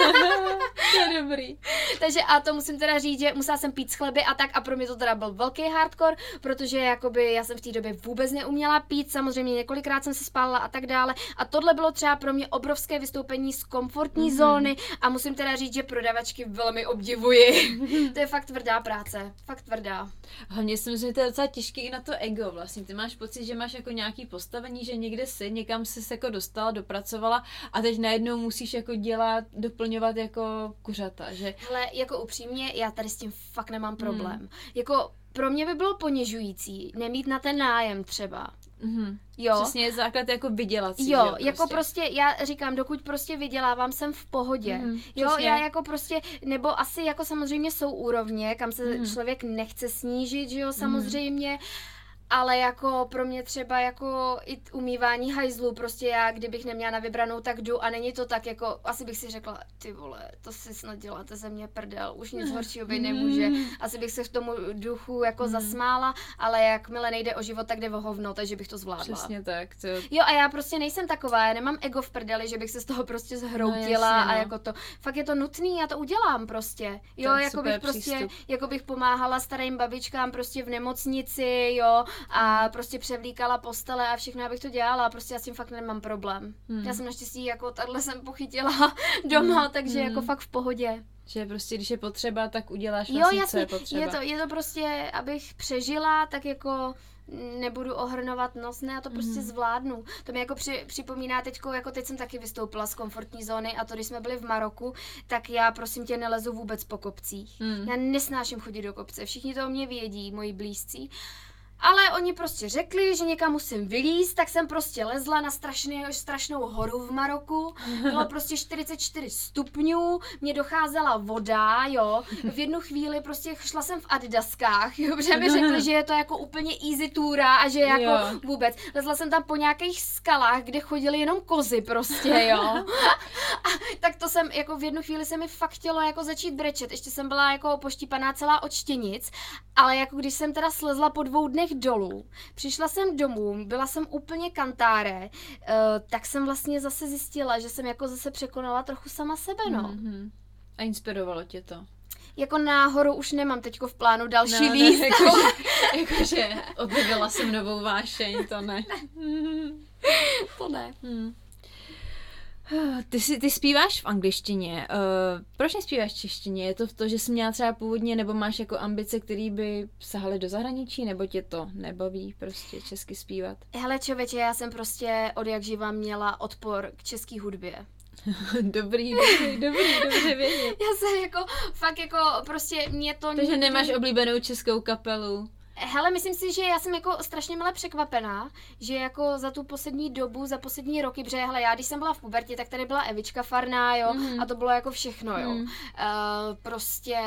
To je dobrý. Takže a to musím teda říct, že musela jsem pít z chleby a tak a pro mě to teda byl velký hardcore, protože jakoby já jsem v té době vůbec neuměla pít, samozřejmě několikrát jsem se spálila a tak dále a tohle bylo třeba pro mě obrovské vystoupení z komfortní mm-hmm. zóny a musím teda říct, že prodavačky velmi obdivuji. To je fakt tvrdá práce, fakt tvrdá. Hlavně si myslím, že to je docela těžký i na to ego vlastně. Ty máš pocit, že máš jako nějaký postavení, že někde jsi, někam jsi jako dostala, dopracovala a teď najednou musíš jako dělat, doplňovat jako kuřata, že? Hele, jako upřímně, já tady s tím fakt nemám problém. Hmm. Jako pro mě by bylo ponižující nemít na ten nájem třeba. Mm-hmm. Jo. Přesně základ jako vydělat si, jo, prostě. jako prostě, já říkám, dokud prostě vydělávám, jsem v pohodě. Mm, jo, přesně. Já jako prostě, nebo asi jako samozřejmě jsou úrovně, kam se mm. člověk nechce snížit, že jo, samozřejmě. Mm. Ale jako pro mě třeba jako i umývání hajzlů, prostě já, kdybych neměla na vybranou, tak jdu a není to tak jako, asi bych si řekla, ty vole, to si snad děláte ze mě prdel, už nic horšího být nemůže. Asi bych se v tomu duchu jako mm. zasmála, ale jakmile nejde o život, tak jde o hovno, takže bych to zvládla. Přesně tak. To... Jo a já prostě nejsem taková, já nemám ego v prdeli, že bych se z toho prostě zhroutila no, jasně, no. A jako to, fakt je to nutný, já to udělám prostě. Jo, jako bych prostě, jako bych pomáhala starým babičkám prostě v nemocnici, jo, a prostě převlíkala postele a všechno, abych to dělala a prostě já s tím fakt nemám problém. Hmm. Já jsem naštěstí jako takhle jsem pochytila doma, hmm. takže hmm. jako fakt v pohodě. Že prostě, když je potřeba, tak uděláš vlastně, jo, jasně, co je potřeba. Je to, je to prostě, abych přežila, tak jako nebudu ohrnovat nos, ne, a to prostě mm. zvládnu. To mi jako při, připomíná teďko, jako teď jsem taky vystoupila z komfortní zóny a to, když jsme byli v Maroku, tak já prosím tě nelezu vůbec po kopcích. Mm. Já nesnáším chodit do kopce, všichni to o mě vědí, moji blízcí. Ale oni prostě řekli, že někam musím vylízt, tak jsem prostě lezla na strašný, strašnou horu v Maroku. Bylo prostě čtyřicet čtyři stupňů, mě docházela voda, jo. V jednu chvíli prostě šla jsem v adidaskách, jo, protože mi řekli, že je to jako úplně easy túra a že jako jo. vůbec. Lezla jsem tam po nějakých skalách, kde chodily jenom kozy prostě, jo. A tak to jsem, jako v jednu chvíli se mi fakt chtělo jako začít brečet. Ještě jsem byla jako poštípaná celá od štěnic, ale jako když jsem teda slezla po dvou dnech dolů, přišla jsem domů, byla jsem úplně kantáre, uh, tak jsem vlastně zase zjistila, že jsem jako zase překonala trochu sama sebe, no. Mm-hmm. A inspirovalo tě to? Jako náhodou už nemám teďko v plánu další no, výst. Jakože jako, objevila jsem novou vášeň, to ne. To ne. Hmm. Ty, si, ty zpíváš v angličtině. Uh, proč nespíváš v češtině? Je to v to, že jsi měla třeba původně, nebo máš jako ambice, které by sahaly do zahraničí, nebo tě to nebaví prostě česky zpívat? Hele člověče, já jsem prostě od jak živa měla odpor k české hudbě. dobrý, dobrý, dobrý, dobře vědět. Já jsem jako, fakt jako, prostě mě to... Takže nikdy... nemáš oblíbenou českou kapelu? Hele, myslím si, že já jsem jako strašně mile překvapená, že jako za tu poslední dobu, za poslední roky, protože hele, já když jsem byla v pubertě, tak tady byla Evička Farná, jo, mm. a to bylo jako všechno, jo. Mm. Uh, prostě...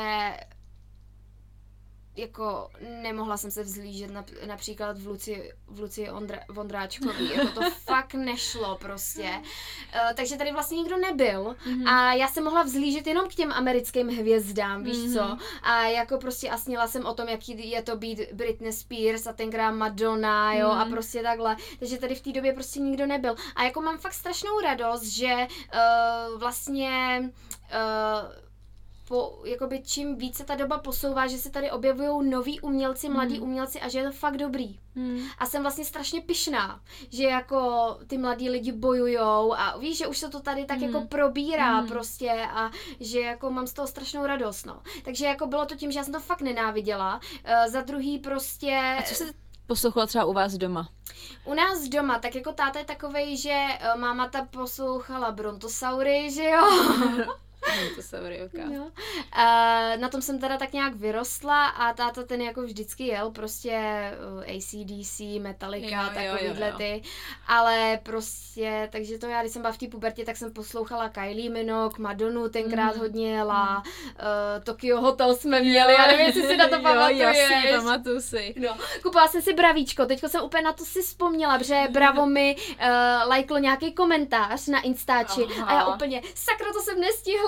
jako nemohla jsem se vzlížet na, například v Luci, v Luci Ondra, Vondráčkový, jako to fakt nešlo prostě. Uh, takže tady vlastně nikdo nebyl mm-hmm. a já jsem mohla vzlížet jenom k těm americkým hvězdám, víš mm-hmm. co? A jako prostě a snila jsem o tom, jaký je to být Britney Spears a tenkrát Madonna, jo, mm-hmm. a prostě takhle. Takže tady v té době prostě nikdo nebyl. A jako mám fakt strašnou radost, že uh, vlastně uh, Po, jakoby čím více ta doba posouvá, že se tady objevují noví umělci, mm. mladí umělci a že je to fakt dobrý. Mm. A jsem vlastně strašně pyšná, že jako ty mladí lidi bojujou a víš, že už se to tady tak mm. jako probírá mm. prostě a že jako mám z toho strašnou radost, no. Takže jako bylo to tím, že já jsem to fakt nenáviděla. Uh, za druhý prostě... A co se poslouchala třeba u vás doma? U nás doma, tak jako táta je takovej, že uh, máma ta poslouchala Brontosaury, že jo? To se okay. no. A na tom jsem teda tak nějak vyrostla a táta ten jako vždycky jel prostě A C D C, Metallica, takovýhle ty, ale prostě, takže to já, když jsem byla v té pubertě, tak jsem poslouchala Kylie Minogue, Madonu tenkrát mm. hodně jela, mm. uh, Tokyo Hotel jsme měli, já nevím, jestli si na to pamatuješ. Jo, jasně, pamatuju si. No, kupovala jsem si bravíčko, teďko jsem úplně na to si vzpomněla, protože Bravo mi uh, lajklo nějaký komentář na Instači Aha. a já úplně, sakra, to jsem nestihla.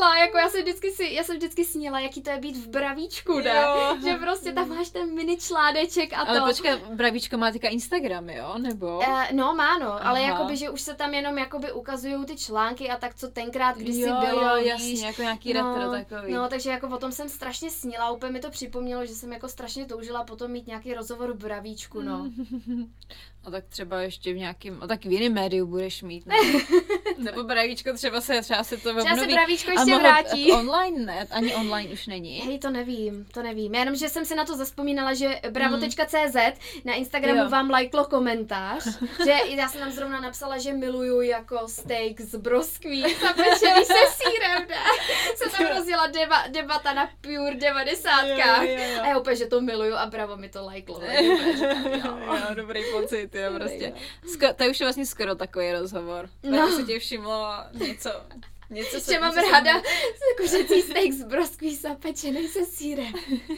sněla, jako já jsem vždycky si, já jsem vždycky sněla, jaký to je být v Bravíčku, ne? Jo. Že prostě tam máš ten mini čládeček a to. Ale počkej, Bravíčko má teďka Instagram, jo? Nebo? Uh, no, má no, ale jakoby, že už se tam jenom jakoby ukazují ty články a tak, co tenkrát kdysi jo, bylo, jo, víš. jasně, jako nějaký no, retro takový. No, takže jako o tom jsem strašně snila, úplně mi to připomnělo, že jsem jako strašně toužila potom mít nějaký rozhovor v Bravíčku, no. A tak třeba ještě v nějakým, a tak v jiném médiu budeš mít, ne? Nebo Bravíčko třeba se, třeba se to obnoví. Třeba se Bravíčko ještě vrátí. Online ne, ani online už není. Hej, to nevím, to nevím. Jenom, že jsem si na to zaspomínala, že bravo tečka cé zet na Instagramu jo. vám lajklo komentář, že já jsem tam zrovna napsala, že miluju jako steak z broskví zapečený se sýrem, ne? Se tam rozjela deba, debata na Pure devadesátkách. Jo, jo, jo. A já úplně, že to miluju a bravo mi to lajklo. Jo, jo, dobrý pocit, jo, prostě. Sko- to je už vlastně skoro takový rozhovor. No. Tak se tě všimlo něco. Něco že mám ráda kuřecí steak z broskví zapečený se sýrem.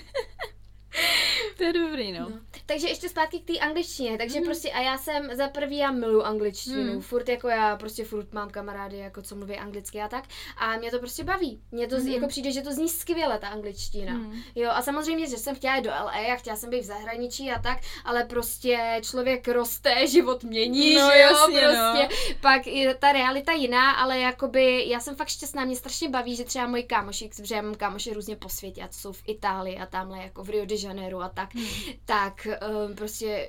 To je dobrý, no. no. Takže ještě zpátky k té angličtině, takže mm. prostě a já jsem za prvý, já miluju angličtinu, mm. furt jako já prostě furt mám kamarády, jako co mluví anglicky a tak a mě to prostě baví, mě to mm. jako přijde, že to zní skvěle ta angličtina, mm. jo a samozřejmě, že jsem chtěla jít do L A a chtěla jsem být v zahraničí a tak, ale prostě člověk roste, život mění, no, že jo, jasně, prostě, no. Pak je ta realita jiná, ale jakoby já jsem fakt šťastná, mě strašně baví, že třeba moji kámoši, protože já mám kámoši různě po světě a to jsou v Itálii a tamhle jako v Rio de Janeiro a tak, hmm. tak um, prostě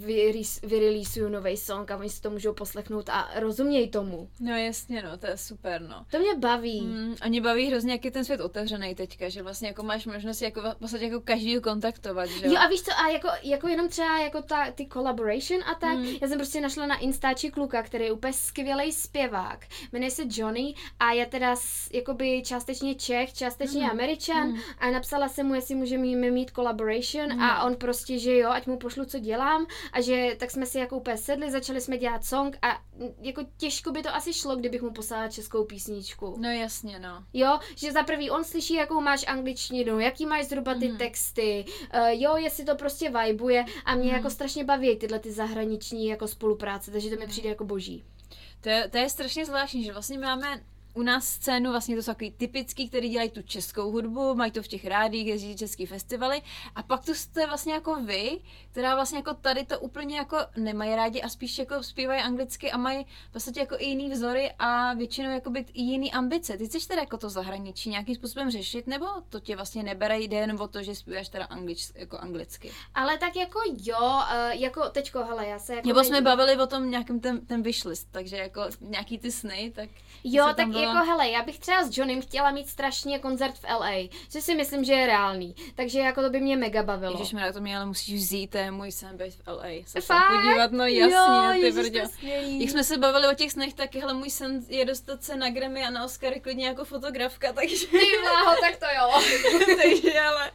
vyreleasuju nový song a oni si to můžou poslechnout a rozumějí tomu. No jasně, no, to je super, no. To mě baví. Mm, a mě baví hrozně, jak je ten svět otevřený teďka, že vlastně jako máš možnost jako v podstatě jako každýho kontaktovat, že jo? Jo a víš co, a jako, jako jenom třeba jako ta, ty collaboration a tak, mm. já jsem prostě našla na Instači kluka, který je úplně skvělej zpěvák, jmenuje se Johnny a je teda jakoby částečně Čech, částečně mm. Američan mm. a napsala jsem mu, jestli můžeme mít collaboration mm. a on prostě, že jo, ať mu pošlu, co dělám. A že tak jsme si jako úplně sedli, začali jsme dělat song a jako těžko by to asi šlo, kdybych mu poslala českou písničku. No jasně, no. Jo, že za prvý on slyší, jakou máš angličtinu, jaký máš zhruba ty mm. texty, uh, jo, jestli to prostě vibuje a mě mm. jako strašně baví tyhle ty zahraniční jako spolupráce, takže to mi přijde jako boží. To je, to je strašně zvláštní, že vlastně máme u nás scénu, vlastně to jsou takový typický, který dělají tu českou hudbu, mají to v těch rádiích, jezdí český festivaly a pak tu jste vlastně jako vy, která vlastně jako tady to úplně jako nemají rádi a spíš jako zpívají anglicky a mají v podstatě jako i jiný vzory a většinou jako být i jiný ambice. Ty chceš teda jako to zahraničí nějakým způsobem řešit, nebo to tě vlastně nebere, jde jen o to, že zpíváš teda anglič, jako anglicky? Ale tak jako jo, jako teďko, hele, já se jako... Nebo jsme bavili o tom nějakým ten, ten wishlist, takže jako nějaký ty sny, tak... Jo, tak bylo... jako hele, já bych třeba s Johnem chtěla mít strašně koncert v L A, což si myslím, že je reálný, takže jako to by mě mega bavilo. Ježišmarja, to mě ale musíš vzít, to je můj sen být v L A, se Fakt? podívat, no jasně, jo, ty brdě. Jak jsme se bavili o těch snech, tak hele, můj sen je dostat se na Grammy a na Oscary klidně jako fotografka, takže... Ty vláho, tak to jo. takže ale...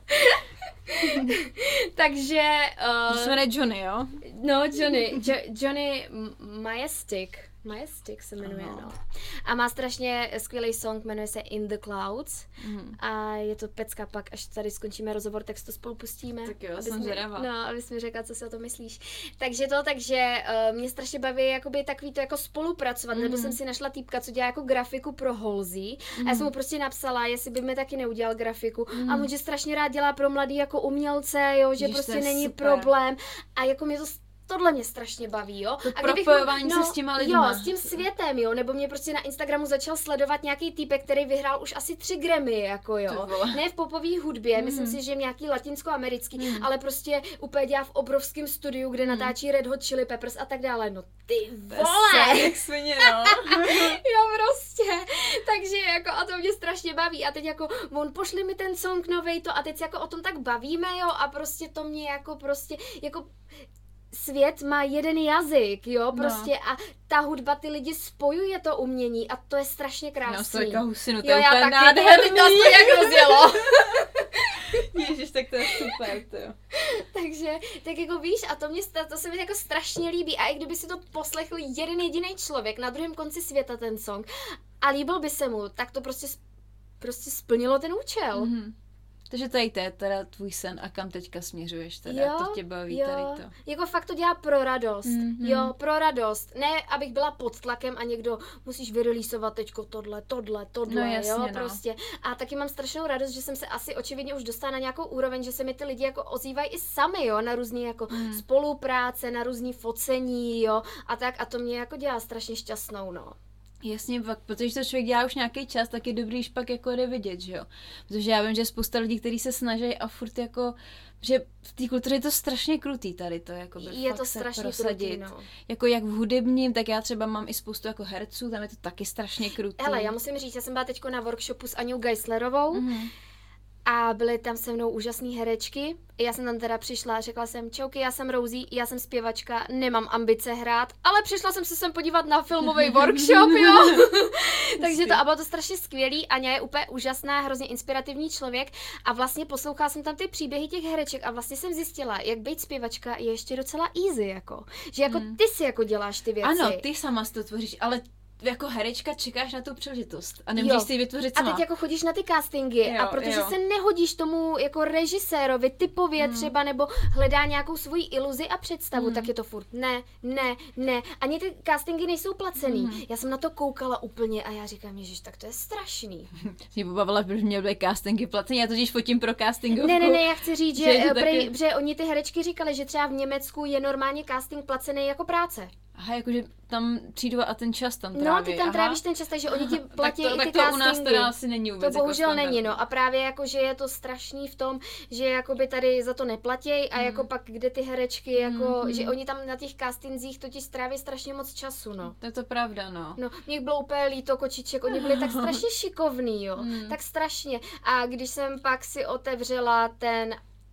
takže... Uh... To se jmenuje Johnny, jo? No, Johnny, jo- Johnny Majestic. Majestic se jmenuje, Aha. no. A má strašně skvělý song, jmenuje se In the Clouds. Mm. A je to pecka, pak až tady skončíme rozhovor, tak si to spolu pustíme. Tak jo, jsem zvědavá. No, abys mi řekla, co si o tom myslíš. Takže to, takže uh, mě strašně baví jakoby takový to jako spolupracovat, mm. nebo jsem si našla týpka, co dělá jako grafiku pro Halsey. Mm. A já jsem mu prostě napsala, jestli by mi taky neudělal grafiku. Mm. A on, že strašně rád dělá pro mladý jako umělce, jo, že Jež, prostě není super. Problém. A jako mě to tohle mě strašně baví, jo. To a propojování no, se s těma lidma. Jo, s tím světem, jo, nebo mě prostě na Instagramu začal sledovat nějaký týpek, který vyhrál už asi tři Grammy, jako jo. Ne v popové hudbě, mm. myslím si, že nějaký latinskoamerický, mm. ale prostě úplně dělá v obrovském studiu, kde mm. natáčí Red Hot Chili Peppers a tak dále. No ty vole! Jak svině, no. Jo, prostě. Takže jako a to mě strašně baví. A teď jako, on pošli mi ten song novej to a teď se jako o tom tak bavíme, jo, a prostě to mě jako prostě, jako svět má jeden jazyk, jo, prostě no. A ta hudba ty lidi spojuje to umění a to je strašně krásný. Já jsem taková husinu, to jo, je úplně nádherný. Jo, já taky, teď jak rozjelo. Ježiš, tak to je super, to jo. Takže, tak jako víš, a to, mě, to se mi jako strašně líbí a i kdyby si to poslechl jeden jediný člověk na druhém konci světa ten song a líbil by se mu, tak to prostě, prostě splnilo ten účel. Mm-hmm. Takže tady to je teda tvůj sen a kam teďka směřuješ teda, jo, to tě baví jo. tady to. Jako fakt to dělá pro radost, mm-hmm. jo, pro radost. Ne, abych byla pod tlakem a někdo musíš vyreleaseovat teďko tohle, tohle, tohle, no, jasně, jo, no. prostě. A taky mám strašnou radost, že jsem se asi očividně už dostala na nějakou úroveň, že se mi ty lidi jako ozývají i sami, jo, na různý jako mm. spolupráce, na různý focení, jo, a tak a to mě jako dělá strašně šťastnou, no. Jasně, protože to člověk dělá už nějaký čas, tak je dobrý, když pak jako jde vidět, že jo. Protože já vím, že spousta lidí, kteří se snaží a furt jako, že v té kultuře je to strašně krutý tady to, jako by je fakt to se strašně prosadit. krutý, no. Jako jak v hudebním, tak já třeba mám i spoustu jako herců, tam je to taky strašně krutý. Hele, já musím říct, já jsem byla teďko na workshopu s Aňou Geislerovou, mm-hmm. a byly tam se mnou úžasné herečky. Já jsem tam teda přišla a řekla jsem, čauky, já jsem Rosie, já jsem zpěvačka, nemám ambice hrát, ale přišla jsem se sem podívat na filmový workshop, jo. Takže to, a bylo to strašně skvělý. Aňa je úplně úžasná, hrozně inspirativní člověk a vlastně poslouchala jsem tam ty příběhy těch hereček a vlastně jsem zjistila, jak být zpěvačka je ještě docela easy, jako. Že jako hmm. ty si jako děláš ty věci. Ano, ty sama si to tvoříš, ale jako herečka čekáš na tu příležitost a nemůžeš si ji vytvořit sama. A teď jako chodíš na ty castingy jo, a protože jo. se nehodíš tomu jako režisérovi typově hmm. třeba nebo hledá nějakou svoji iluzi a představu, hmm. tak je to furt ne, ne, ne. Ani ty castingy nejsou placený. Hmm. Já jsem na to koukala úplně a já říkám, ježiš, tak to je strašný. Mě pobavila, protože měl být castingy placený, já totiž fotím pro castingovku. Ne, ne, ne, já chci říct, že, že, prej, taky... že oni ty herečky říkali, že třeba v Německu je normálně casting placený jako práce. Aha, jakože tam přijdu a ten čas tam tráví. No, ty tam Aha. trávíš ten čas, takže oni ti platí tak to, i ty tak to castingy. u nás teda asi není vůbec. To bohužel jako není, no. A právě jako, že je to strašný v tom, že jakoby tady za to neplatěj a hmm. jako pak kde ty herečky, jako, hmm. že oni tam na těch castingzích totiž stráví strašně moc času, no. To je to pravda, no. No, mě bylo úplně líto kočiček, oni byli tak strašně šikovný, jo. Hmm. Tak strašně. A když jsem pak si otevřela ten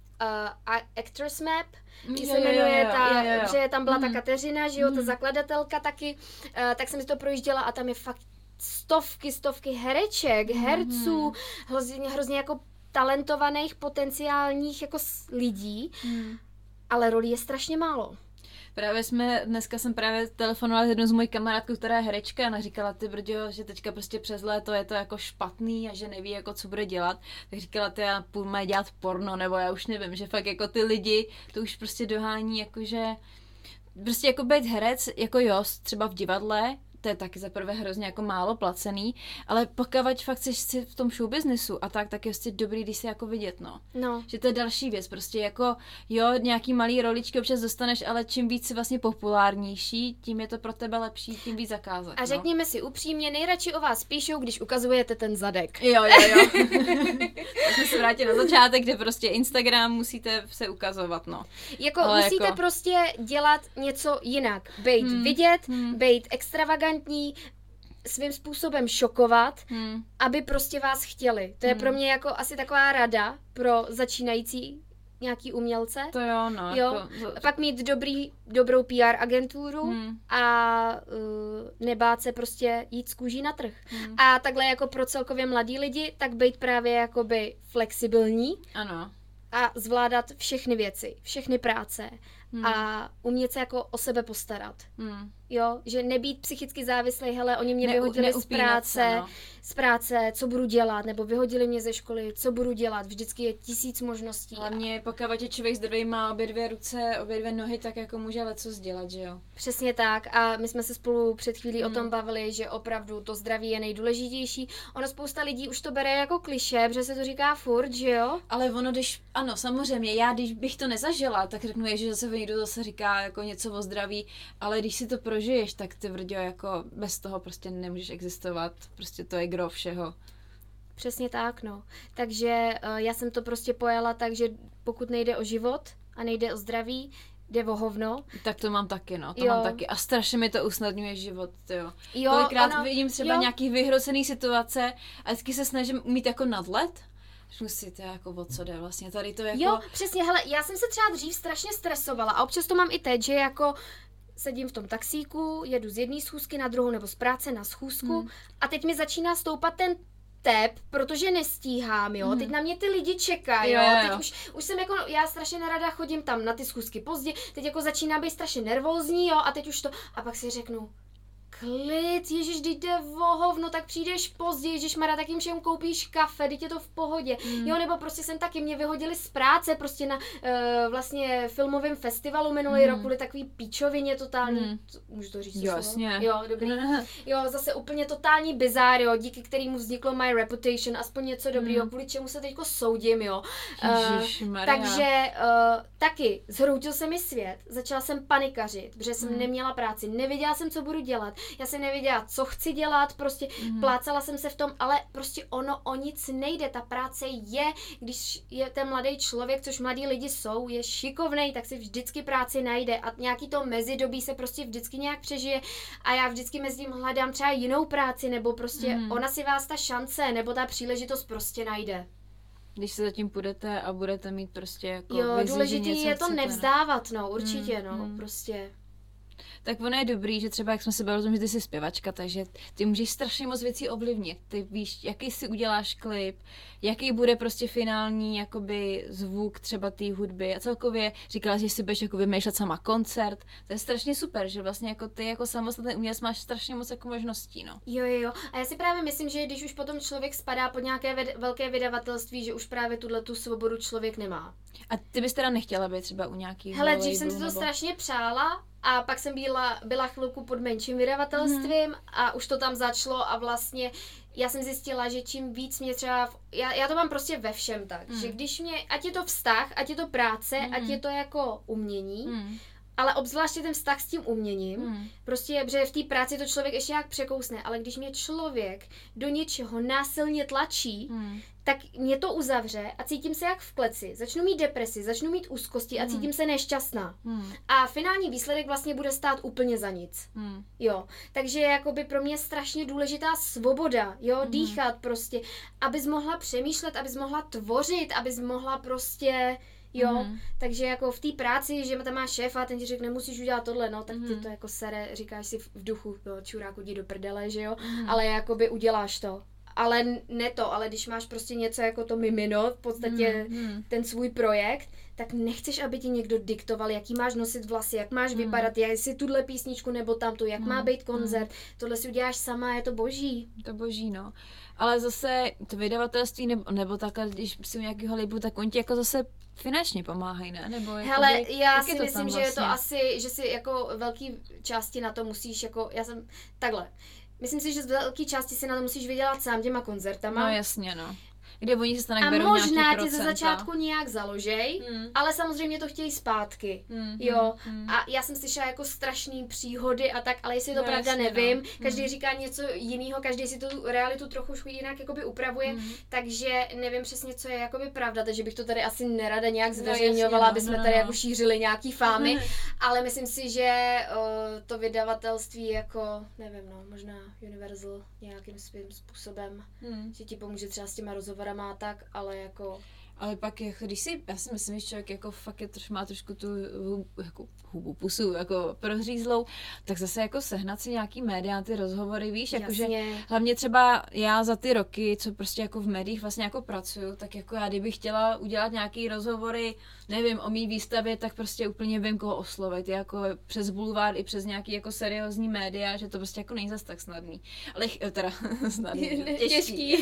uh, Actors Map, že se jmenuje ta, jo, jo, jo. že tam byla mm. ta Kateřina, že jo, mm. ta zakladatelka taky, uh, tak jsem si to projížděla a tam je fakt stovky, stovky hereček, mm. herců, hrozně, hrozně jako talentovaných, potenciálních jako lidí, mm. ale rolí je strašně málo. Právě jsme, dneska jsem právě telefonovala s jednou z mojí kamarádkou, která je herečka a ona říkala, ty brďo, že teďka prostě přes léto je to jako špatný a že neví jako co bude dělat, tak říkala, ty já půjdu mají dělat porno, nebo já už nevím, že fakt jako ty lidi to už prostě dohání jakože, prostě jako být herec, jako jo, třeba v divadle, to je taky za prvé hrozně jako málo placený, ale pokud fakt chceš si v tom showbiznesu a tak, tak je prostě dobrý, když se jako vidět, no. no. Že to je další věc, prostě jako jo, nějaký malý roličky občas dostaneš, ale čím víc si vlastně populárnější, tím je to pro tebe lepší, tím víc zakázat. A řekněme no. si upřímně, nejradši o vás píšou, když ukazujete ten zadek. Jo, jo, jo. Tak jsme se vrátili na začátek, kde prostě Instagram musíte se ukazovat, no. Jako ale musíte jako... prostě dělat něco jinak. Bejt hmm. vidět, hmm. bejt extravagantní, svým způsobem šokovat, hmm. aby prostě vás chtěli. To je hmm. pro mě jako asi taková rada pro začínající nějaký umělce. To jo, no. Jo. Jako... Pak mít dobrý, dobrou P R agenturu hmm. a uh, nebát se prostě jít z kůží na trh. Hmm. A takhle jako pro celkově mladí lidi, tak být právě jakoby flexibilní. Ano. A zvládat všechny věci, všechny práce. Hmm. A umět se jako o sebe postarat. Hmm. Jo, že nebýt psychicky závislý, hele, oni mě ne, vyhodili z práce, se, no. z práce, co budu dělat, nebo vyhodili mě ze školy, co budu dělat, vždycky je tisíc možností. Hlavně pokud je člověk zdravý, má obě dvě ruce, obě dvě nohy, tak jako může lecos dělat, že jo? Přesně tak a my jsme se spolu před chvílí hmm. o tom bavili, že opravdu to zdraví je nejdůležitější. Ono spousta lidí už to bere jako klišé, protože se to říká furt, že jo? Ale ono, když, ano, samozřejmě, já když bych to nezažila, tak řeknu, že zase někdo zase říká jako něco o zdraví, ale když si to prožiješ, tak ty vrďo, jako bez toho prostě nemůžeš existovat, prostě to je gro všeho. Přesně tak, no. Takže uh, já jsem to prostě pojala tak, že pokud nejde o život a nejde o zdraví, jde o hovno. Tak to mám taky, no, to jo. mám taky a strašně mi to usnadňuje život, jo. jo Kolikrát ono, vidím třeba jo. nějaký vyhrocený situace a vždycky se snažím mít jako nadhled. Řeknu si, to je jako o co jde vlastně, tady to jako... Jo, přesně, hele, já jsem se třeba dřív strašně stresovala a občas to mám i teď, že jako sedím v tom taxíku, jedu z jedné schůzky na druhou nebo z práce na schůzku hmm. a teď mi začíná stoupat ten tep, protože nestíhám, jo, hmm. teď na mě ty lidi čekají, jo, jo, jo. Teď už, už jsem jako, já strašně nerada chodím tam na ty schůzky pozdě, teď jako začínám být strašně nervózní, jo, a teď už to, a pak si řeknu, klid, ježiš, teď jde o hovno, tak přijdeš pozdě, ježišmarja, tak jim všem koupíš kafe, teď je to v pohodě. Mm. Jo, nebo prostě jsem taky, mě vyhodili z práce, prostě na uh, vlastně filmovém festivalu minulý mm. rok, kvůli takový píčovině totální, Mm. můžu to říct? Jasně. Jo, dobrý. Jo, zase úplně totální bizár, jo, díky kterému vzniklo My Reputation, aspoň něco dobrýho, mm. kvůli čemu se teďko soudím, jo. Uh, takže uh, taky zhroutil se mi svět, začala jsem panikařit, protože jsem mm. neměla práci, nevěděla jsem, co budu dělat, já jsem nevěděla, co chci dělat, prostě mm. plácala jsem se v tom, ale prostě ono o nic nejde, ta práce je, když je ten mladý člověk, což mladí lidi jsou, je šikovnej, tak si vždycky práci najde a nějaký to mezidobí se prostě vždycky nějak přežije a já vždycky mezi tím hledám třeba jinou práci, nebo prostě mm. ona si vás ta šance, nebo ta příležitost prostě najde. Když se zatím půjdete a budete mít prostě jako jo, vizi, důležitý je to chcete, nevzdávat, no, určitě, mm, no, mm. prostě. Tak ono je dobrý, že třeba jak jsme se bavili o tom, že ty jsi zpěvačka, takže ty můžeš strašně moc věcí ovlivnit. Ty víš, jaký si uděláš klip, jaký bude prostě finální jakoby zvuk třeba té hudby a celkově říkala, že si budeš jako vymýšlet sama koncert. To je strašně super, že vlastně jako ty jako samostatný umělec máš strašně moc jako možností, no. Jo, jo, jo. A já si právě myslím, že když už potom člověk spadá pod nějaké ved- velké vydavatelství, že už právě tuhle tu svobodu člověk nemá. A ty bys teda nechtěla být třeba u nějakých. Hele, dřív jsem si to nebo... strašně přála a pak jsem byla, byla chvilku pod menším vydavatelstvím mm. a už to tam začalo a vlastně já jsem zjistila, že čím víc mě třeba, v, já, já to mám prostě ve všem tak, mm. že když mě, ať je to vztah, ať je to práce, mm. ať je to jako umění, mm. ale obzvláště ten vztah s tím uměním, mm. prostě, protože v té práci to člověk ještě nějak překousne, ale když mě člověk do něčeho násilně tlačí, mm. tak mě to uzavře a cítím se jak v kleci. Začnu mít depresi, začnu mít úzkosti a cítím hmm. se nešťastná. Hmm. A finální výsledek vlastně bude stát úplně za nic. Hmm. Jo. Takže jakoby pro mě je strašně důležitá svoboda, jo, hmm. dýchat prostě, abys mohla přemýšlet, abys mohla tvořit, abys mohla prostě, jo. Hmm. Takže jako v té práci, že tam máš šéfa a ten ti řekne, nemusíš udělat tohle, no, tak ty to jako sere, říkáš si v duchu, jo, čuráku, jdi do prdele, že jo, hmm. ale jakoby uděláš to. Ale ne to, ale když máš prostě něco jako to mimino, v podstatě mm, mm. ten svůj projekt, tak nechceš, aby ti někdo diktoval, jaký máš nosit vlasy, jak máš mm. vypadat, jestli tuhle písničku nebo tamtu, jak mm, má být koncert. Mm. Tohle si uděláš sama, je to boží. To boží, no. Ale zase to vydavatelství nebo, nebo takhle, když si u nějakého libu, tak oni ti jako zase finančně pomáhají, ne? Nebo hele, jakoby, já si myslím, vlastně? že je to asi, že si jako velký části na to musíš jako, já jsem, takhle. Myslím si, že z velké části si na to musíš vydělat sám těma koncertama. No jasně, no. Kde oni se stane a berou možná tě ze začátku nějak založej, hmm. ale samozřejmě to chtějí zpátky, hmm. jo. Hmm. A já jsem slyšela jako strašný příhody a tak, ale jestli je to no, pravda, jasně, nevím. No. Každý hmm. říká něco jiného, každý si tu realitu trochu jinak jakoby upravuje, hmm. takže nevím přesně, co je jakoby pravda, takže bych to tady asi nerada nějak zveřejňovala, no, aby jsme no, tady no. jako šířili nějaký fámy, hmm. ale myslím si, že uh, to vydavatelství jako, nevím, no, možná Universal nějakým svým způsobem, hmm. že ti pomůže třeba s těma rozhovorama má tak, ale jako... Ale pak, jako, když si, já si myslím, že člověk jako fakt je, troš, má trošku tu jako, hubu, pusu jako prohřízlou, tak zase jako sehnat si nějaký média, ty rozhovory, víš, jakože hlavně třeba já za ty roky, co prostě jako v médiích vlastně jako pracuju, tak jako já kdybych chtěla udělat nějaký rozhovory, nevím, o mý výstavě, tak prostě úplně vím, koho oslovit, jako přes bulvár i přes nějaký jako seriózní média, že to prostě jako není zase tak snadný. Ale teda snadný, těžký. těžký.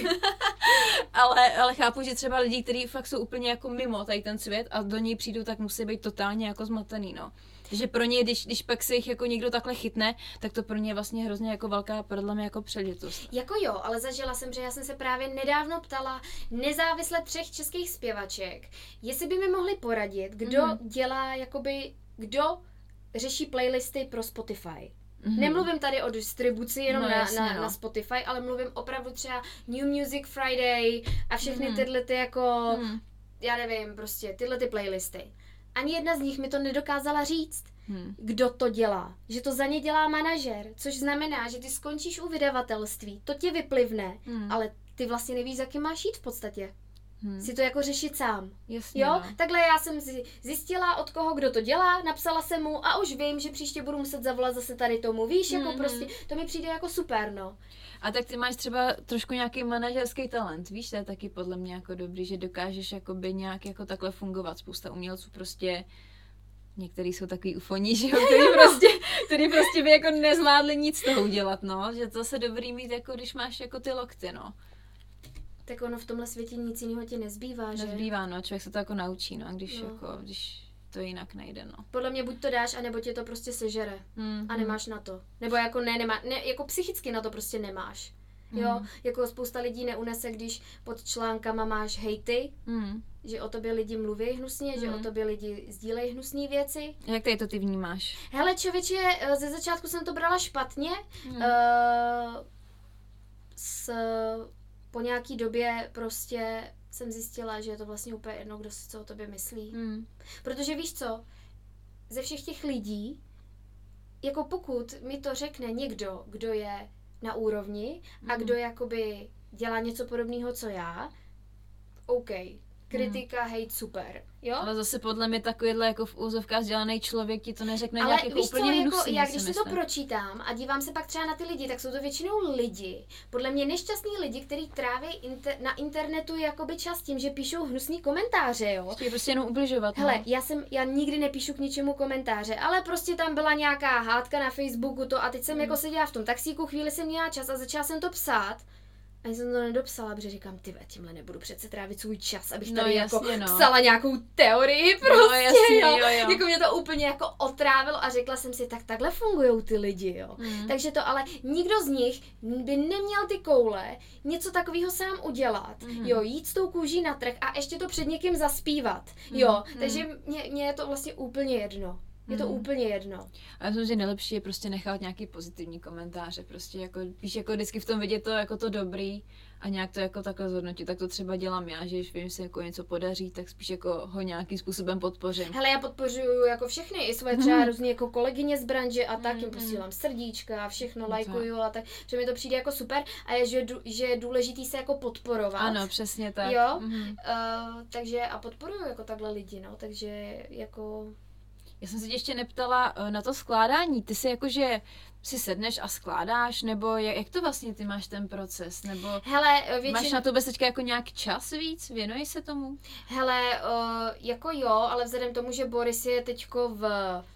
ale, ale chápu, že třeba lidi, kteří fakt jsou úplně jako mimo tady ten svět a do něj přijdou, tak musí být totálně jako zmatený, no. Takže pro ně, když, když pak se jich jako někdo takhle chytne, tak to pro ně je vlastně hrozně jako velká podle mě jako příležitost. Jako jo, ale zažila jsem, že já jsem se právě nedávno ptala nezávisle třech českých zpěvaček, jestli by mi mohli poradit, kdo mm-hmm. dělá jakoby, kdo řeší playlisty pro Spotify. Mm-hmm. Nemluvím tady o distribuci jenom no, na, jasně, na, no. na Spotify, ale mluvím opravdu třeba New Music Friday a všechny mm-hmm. tyhle ty jako, mm. já nevím, prostě tyhle ty playlisty. Ani jedna z nich mi to nedokázala říct, hmm. kdo to dělá. Že to za ně dělá manažer, což znamená, že ty skončíš u vydavatelství, to ti vyplivne, hmm. ale ty vlastně nevíš, za kým máš jít v podstatě. Hmm. Si to jako řešit sám. Jasně, jo? No. Takhle já jsem si zjistila, od koho kdo to dělá, napsala jsem mu a už vím, že příště budu muset zavolat zase tady tomu. Víš, jako hmm. prostě, to mi přijde jako super, no. A tak ty máš třeba trošku nějaký manažerský talent, víš, to je taky podle mě jako dobrý, že dokážeš jakoby nějak jako takhle fungovat. Spousta umělců prostě některý jsou takový ufoní, že jo, který prostě, který prostě by jako nezvládli nic z toho udělat, no, že to se dobrý mít, jako když máš jako ty lokty, no. Tak ono v tomhle světě nic jiného ti nezbývá, že? Nezbývá, no, člověk se to jako naučí, no, když no. jako, když to jinak nejde, no. Podle mě buď to dáš, anebo tě to prostě sežere mm, a nemáš na to. Nebo jako ne, nemá, ne, jako psychicky na to prostě nemáš. Jo, mm. jako spousta lidí neunese, když pod článkama máš hejty, mm. že o tobě lidi mluví hnusně, mm. že o tobě lidi sdílejí hnusné věci. Jak tady to ty vnímáš? Hele, člověče, ze začátku jsem to brala špatně. Mm. Uh, s, po nějaký době prostě jsem zjistila, že je to vlastně úplně jedno, kdo si co o tobě myslí. Mm. Protože víš co, ze všech těch lidí, jako pokud mi to řekne někdo, kdo je na úrovni mm. a kdo jakoby dělá něco podobného, co já, OK. Kritika, mm. hejt, super, jo? Ale zase podle mě takovýhle jako v úzovkách vzdělaný člověk ti to neřekne ale nějak jako víš úplně co, hnusný, jako, já když si myslím. to pročítám a dívám se pak třeba na ty lidi, tak jsou to většinou lidi, podle mě nešťastní lidi, kteří tráví inter, na internetu jakoby čas tím, že píšou hnusný komentáře, jo? Chtějí prostě jenom ubližovat. Hele, no. já jsem, já nikdy nepíšu k ničemu komentáře, ale prostě tam byla nějaká hádka na Facebooku to a teď jsem mm. jako seděla v tom taxíku, chvíli jsem měla čas a začala jsem to psát. Ani jsem to nedopsala, protože říkám, ty tímhle nebudu přece trávit svůj čas, abych tady no, jasně, jako no. psala nějakou teorii prostě, no, jasně, jo. jo, jo. Jako mě to úplně jako otrávilo a řekla jsem si, tak takhle fungujou ty lidi, jo. Mm. Takže to ale nikdo z nich by neměl ty koule něco takového sám udělat, mm. jo, jít s tou kůží na trh a ještě to před někým zaspívat, mm. jo. Mm. Takže mě, mě je to vlastně úplně jedno. Je to hmm. úplně jedno. A já myslím, že nejlepší je prostě nechat nějaký pozitivní komentáře, prostě jako, víš, jako vždycky v tom vidět to jako to dobrý a nějak to jako takhle zhodnotit, tak to třeba dělám já, že když vím, že se jako něco podaří, tak spíš jako ho nějakým způsobem podpořím. Hele, já podpořuju jako všechny, i svoje třeba hmm. různý jako kolegyně z branže a tak, hmm. jim posílám srdíčka a všechno no lajkuju a tak, že mi to přijde jako super a je, že, že je důležitý se jako podporovat. Ano, přesně tak. Jo, hmm. uh, takže a podporuju jako takhle lidi, no, takže jako... Já jsem se tě ještě neptala na to skládání. Ty si jakože si sedneš a skládáš, nebo jak, jak to vlastně ty máš ten proces? Nebo hele, většin... máš na to vůbec teďka jako nějak čas víc? Věnuješ se tomu? Hele, uh, jako jo, ale vzhledem tomu, že Boris je teďko v...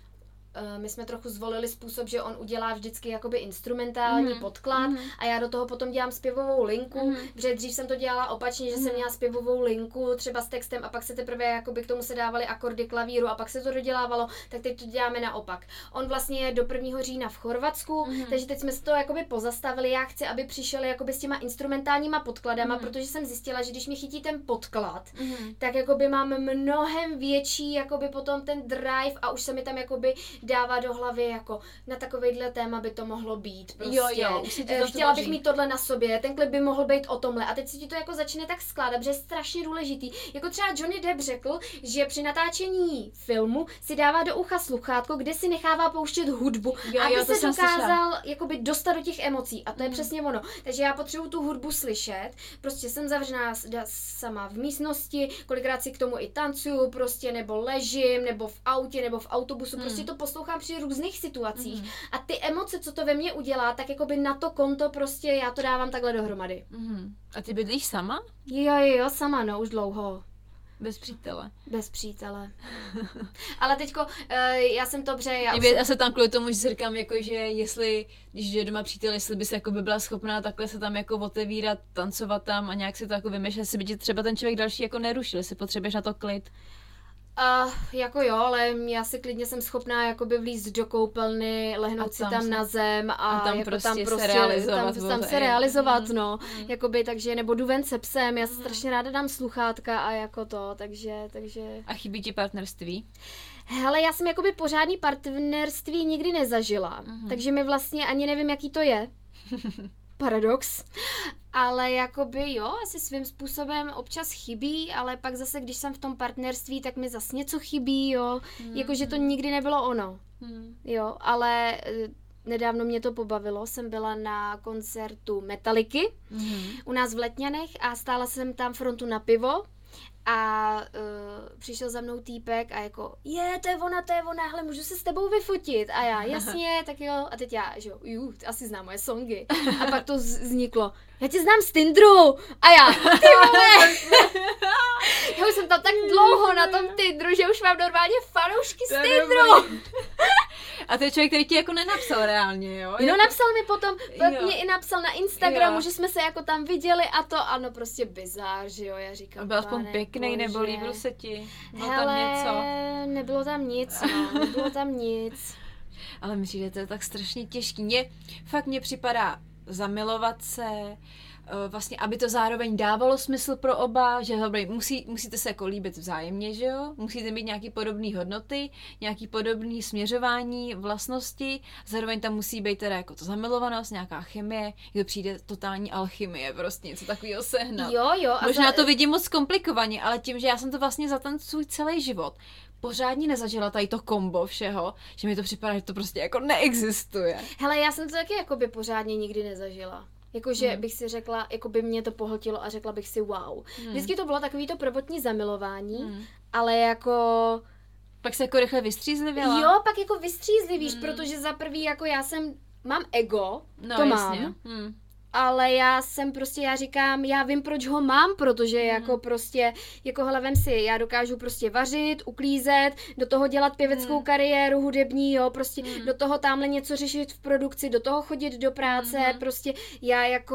My jsme trochu zvolili způsob, že on udělá vždycky jakoby instrumentální mm. podklad mm. a já do toho potom dělám zpěvovou linku, mm. protože dřív jsem to dělala opačně, že mm. jsem měla zpěvovou linku třeba s textem a pak se teprve jakoby k tomu se dávaly akordy klavíru a pak se to dodělávalo, tak teď to děláme naopak. On vlastně je do prvního října v Chorvatsku, mm. takže teď jsme se to jakoby pozastavili, já chci, aby přišel jakoby s těma instrumentálníma podkladama, mm. protože jsem zjistila, že když mi chytí ten podklad, mm. tak jakoby mám mnohem větší jakoby potom ten drive a už se mi tam jakoby dává do hlavy jako na takovejhle téma by to mohlo být. Prostě. Jo, jo, to chtěla bych mít tohle na sobě, ten klip by mohl být o tomhle. A teď se ti to jako začne tak skládat, protože je strašně důležitý. Jako třeba Johnny Depp řekl, že při natáčení filmu si dává do ucha sluchátko, kde si nechává pouštět hudbu, jo, aby jo, se dokázal jakoby dostat do těch emocí. A to je mm. přesně ono. Takže já potřebuju tu hudbu slyšet. Prostě jsem zavřená sama v místnosti, kolikrát si k tomu i tancuju, prostě nebo ležím, nebo v autě, nebo v autobusu, mm. prostě to poslouchám při různých situacích. Mm. A ty emoce, co to ve mně udělá, tak jakoby na to konto prostě já to dávám takhle dohromady. Mm. A ty bydlíš sama? Jo, jo, jo, sama, no, už dlouho. Bez přítele. Bez přítele. Ale teďko, uh, já jsem to bře... Já, už... já se tam kvůli tomu, že si říkám, jako, že jestli, když je doma přítel, jestli by se jako by byla schopná takhle se tam jako otevírat, tancovat tam a nějak si to jako vymýšlet, jestli by ti třeba ten člověk další jako nerušil, jestli potřebuješ na to klid. Uh, jako jo, ale já si klidně jsem schopná jakoby vlízt do koupelny, lehnout si tam se, na zem a, a tam, jako prostě tam prostě se realizovat. Tam, tam se realizovat, mm, no. Mm. Jakoby, takže, nebo jdu ven se psem, já se mm. strašně ráda dám sluchátka a jako to, takže, takže... A chybí ti partnerství? Hele, já jsem jakoby pořádný partnerství nikdy nezažila, mm. takže mi vlastně ani nevím, jaký to je. Paradox. Ale jakoby jo, asi svým způsobem občas chybí, ale pak zase, když jsem v tom partnerství, tak mi zase něco chybí, jo. Hmm. Jakože to nikdy nebylo ono. Hmm. Jo, ale nedávno mě to pobavilo, jsem byla na koncertu Metalliky hmm. u nás v Letňanech a stála jsem tam frontu na pivo A uh, přišel za mnou týpek a jako, je, to je ona, to je ona, hele, můžu se s tebou vyfotit? A já, jasně, tak jo. A teď já, že jo, jú, asi znám moje songy. A pak to vzniklo, já tě znám z Tinderu. A já, ty vole. Já už jsem tam tak dlouho na tom Tinderu, že už mám normálně fanoušky z Tinderu. A to je člověk, který ti jako nenapsal reálně, jo? No napsal mi potom, pak mě i napsal na Instagramu, jo. Že jsme se jako tam viděli a to, ano, prostě bizár, že jo, já říkám, byl aspoň pěkný, nebo líbil se ti? Bylo Hele, tam něco? nebylo tam nic, no, nebylo tam nic. Ale myslím, že to je tak strašně těžký. Mně, fakt mně připadá zamilovat se, vlastně, aby to zároveň dávalo smysl pro oba, že dobrý, musí, musíte se jako líbit vzájemně, že jo? Musíte mít nějaký podobné hodnoty, nějaký podobný směřování, vlastnosti, zároveň tam musí být teda jako to zamilovanost, nějaká chemie, kdo přijde totální alchymie, prostě něco takového sehnat. Jo, jo. A Možná za... to vidím moc komplikovaně, ale tím, že já jsem to vlastně za ten svůj celý život pořádně nezažila tady to kombo všeho, že mi to připadá, že to prostě jako neexistuje. Hele, já jsem to taky jakoby pořádně nikdy nezažila. Jakože hmm. bych si řekla, jako by mě to pohltilo a řekla bych si wow. Hmm. Vždycky to bylo takový to prvotní zamilování, hmm. ale jako... Pak se jako rychle vystřízlivěla? Jo, pak jako vystřízlivíš, hmm. protože za prvý jako já jsem, mám ego, no, to jasně. mám. Hmm. Ale já jsem prostě, já říkám, já vím, proč ho mám, protože mm. jako prostě, jako hele, vem si, já dokážu prostě vařit, uklízet, do toho dělat pěveckou mm. kariéru hudební, jo, prostě mm. do toho tamhle něco řešit v produkci, do toho chodit do práce, mm. prostě já jako...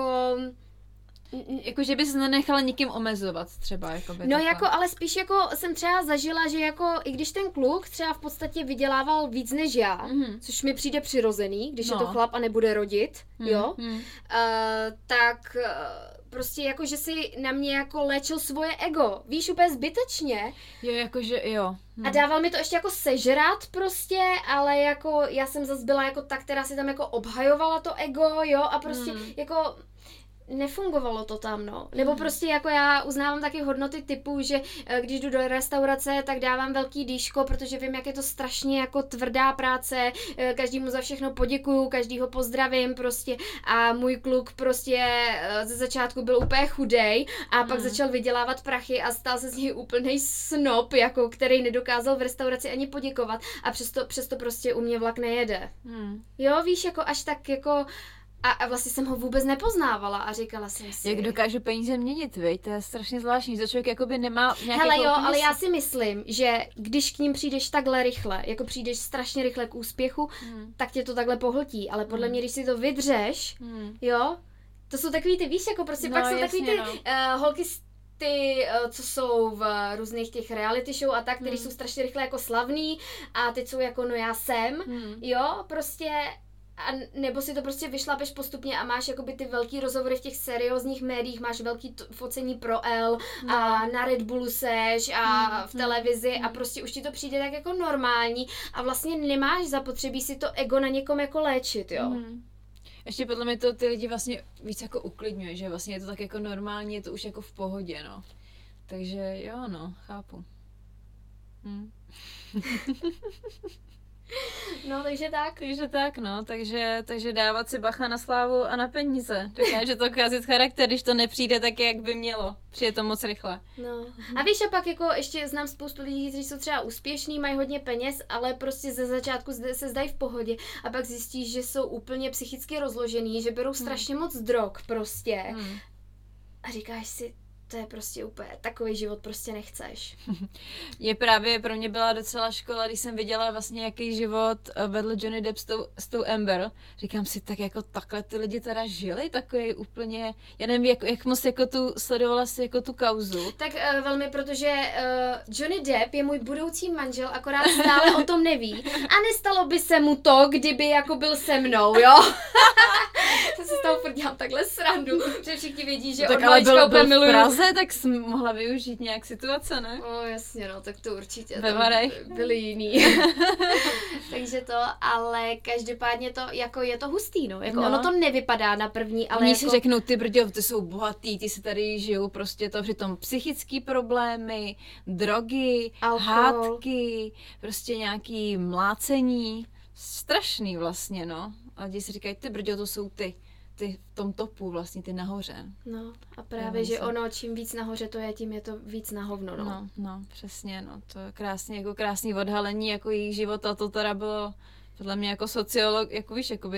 Jako, že bys nenechala nikým omezovat třeba, jako by No takhle. jako, ale spíš jako jsem třeba zažila, že jako, i když ten kluk třeba v podstatě vydělával víc než já, mm-hmm. což mi přijde přirozený, když no. je to chlap a nebude rodit, mm-hmm. jo, mm. uh, tak uh, prostě jako, že si na mě jako léčil svoje ego, víš, úplně zbytečně. Jo, jakože, jo. Hmm. A dával mi to ještě jako sežrat prostě, ale jako já jsem zase byla jako ta, která si tam jako obhajovala to ego, jo, a prostě hmm. jako... Nefungovalo to tam, no. Nebo mm. prostě jako já uznávám taky hodnoty typu, že když jdu do restaurace, tak dávám velký dýško, protože vím, jak je to strašně jako tvrdá práce, každému za všechno poděkuju, každýho pozdravím prostě a můj kluk prostě ze začátku byl úplně chudej a pak mm. začal vydělávat prachy a stal se z něj úplnej snob, jako který nedokázal v restauraci ani poděkovat a přesto, přesto prostě u mě vlak nejede. Mm. Jo, víš, jako až tak jako A, a vlastně jsem ho vůbec nepoznávala a říkala jsem si... Jak dokážu peníze měnit, viď? To je strašně zvláštní, že člověk jakoby nemá nějaké... Hele jo, ale já si myslím, že když k ním přijdeš takhle rychle, jako přijdeš strašně rychle k úspěchu, hmm. tak tě to takhle pohltí, ale podle hmm. mě, když si to vydřeš, hmm. jo, to jsou takový ty, víš, jako prostě no, pak jsou jasně, takový ty no. uh, holky ty, co jsou v různých těch reality show a tak, který hmm. jsou strašně rychle jako slavný a teď jsou jako no já jsem, hmm. jo, prostě... A nebo si to prostě vyšlapeš postupně a máš jakoby ty velký rozhovory v těch seriózních médiích, máš velký t- focení pro L no. a na Red Bullu seš a mm, v televizi mm. a prostě už ti to přijde tak jako normální a vlastně nemáš zapotřebí si to ego na někom jako léčit, jo. Mm. Ještě podle mě to ty lidi vlastně víc jako uklidňuje, že vlastně je to tak jako normální, je to už jako v pohodě, no. Takže jo, no, chápu. Hm. No, takže tak. Takže tak, no, takže, takže dávat si bacha na slávu a na peníze. Říkám, že to kazit charakter, když to nepřijde tak, jak by mělo. Přijde to moc rychle. No. A víš, a pak jako ještě znám spoustu lidí, kteří jsou třeba úspěšní, mají hodně peněz, ale prostě ze začátku se zdají v pohodě a pak zjistíš, že jsou úplně psychicky rozložený, že berou strašně hmm. moc drog prostě. Hmm. A říkáš si, to je prostě úplně, takový život prostě nechceš. Je právě, pro mě byla docela škola, když jsem viděla vlastně, jaký život vedl Johnny Depp s tou, s tou Amber. Říkám si, tak jako takhle ty lidi teda žili, takový úplně, já nevím, jak, jak moc jako tu, sledovala si jako tu kauzu. Tak uh, velmi, protože uh, Johnny Depp je můj budoucí manžel, akorát stále o tom neví. A nestalo by se mu to, kdyby jako byl se mnou, jo? To se z toho furt dělám takhle srandu, že všichni vědí, že no, od malička úplně miluju. Praze, tak jsi mohla využít nějak situace, ne? O, jasně, no, tak to určitě. Ve Varech. Byli jiný. Takže to, ale každopádně to, jako je to hustý, no. Jako no. Ono to nevypadá na první, ale Oni jako... si řeknou, ty brďo, ty jsou bohatý, ty si tady žijou prostě to, přitom psychický problémy, drogy, alkohol. Hádky, prostě nějaký mlácení. Strašný vlastně, no. A lidi si říkají, ty brďo, to jsou ty. ty v tom topu vlastně, ty nahoře. No a právě, že ono, čím víc nahoře to je, tím je to víc na hovno, no. No, no, přesně, no, to je krásně, jako krásný odhalení, jako jejich života, to teda bylo podle mě jako sociolog, jako víš, jakoby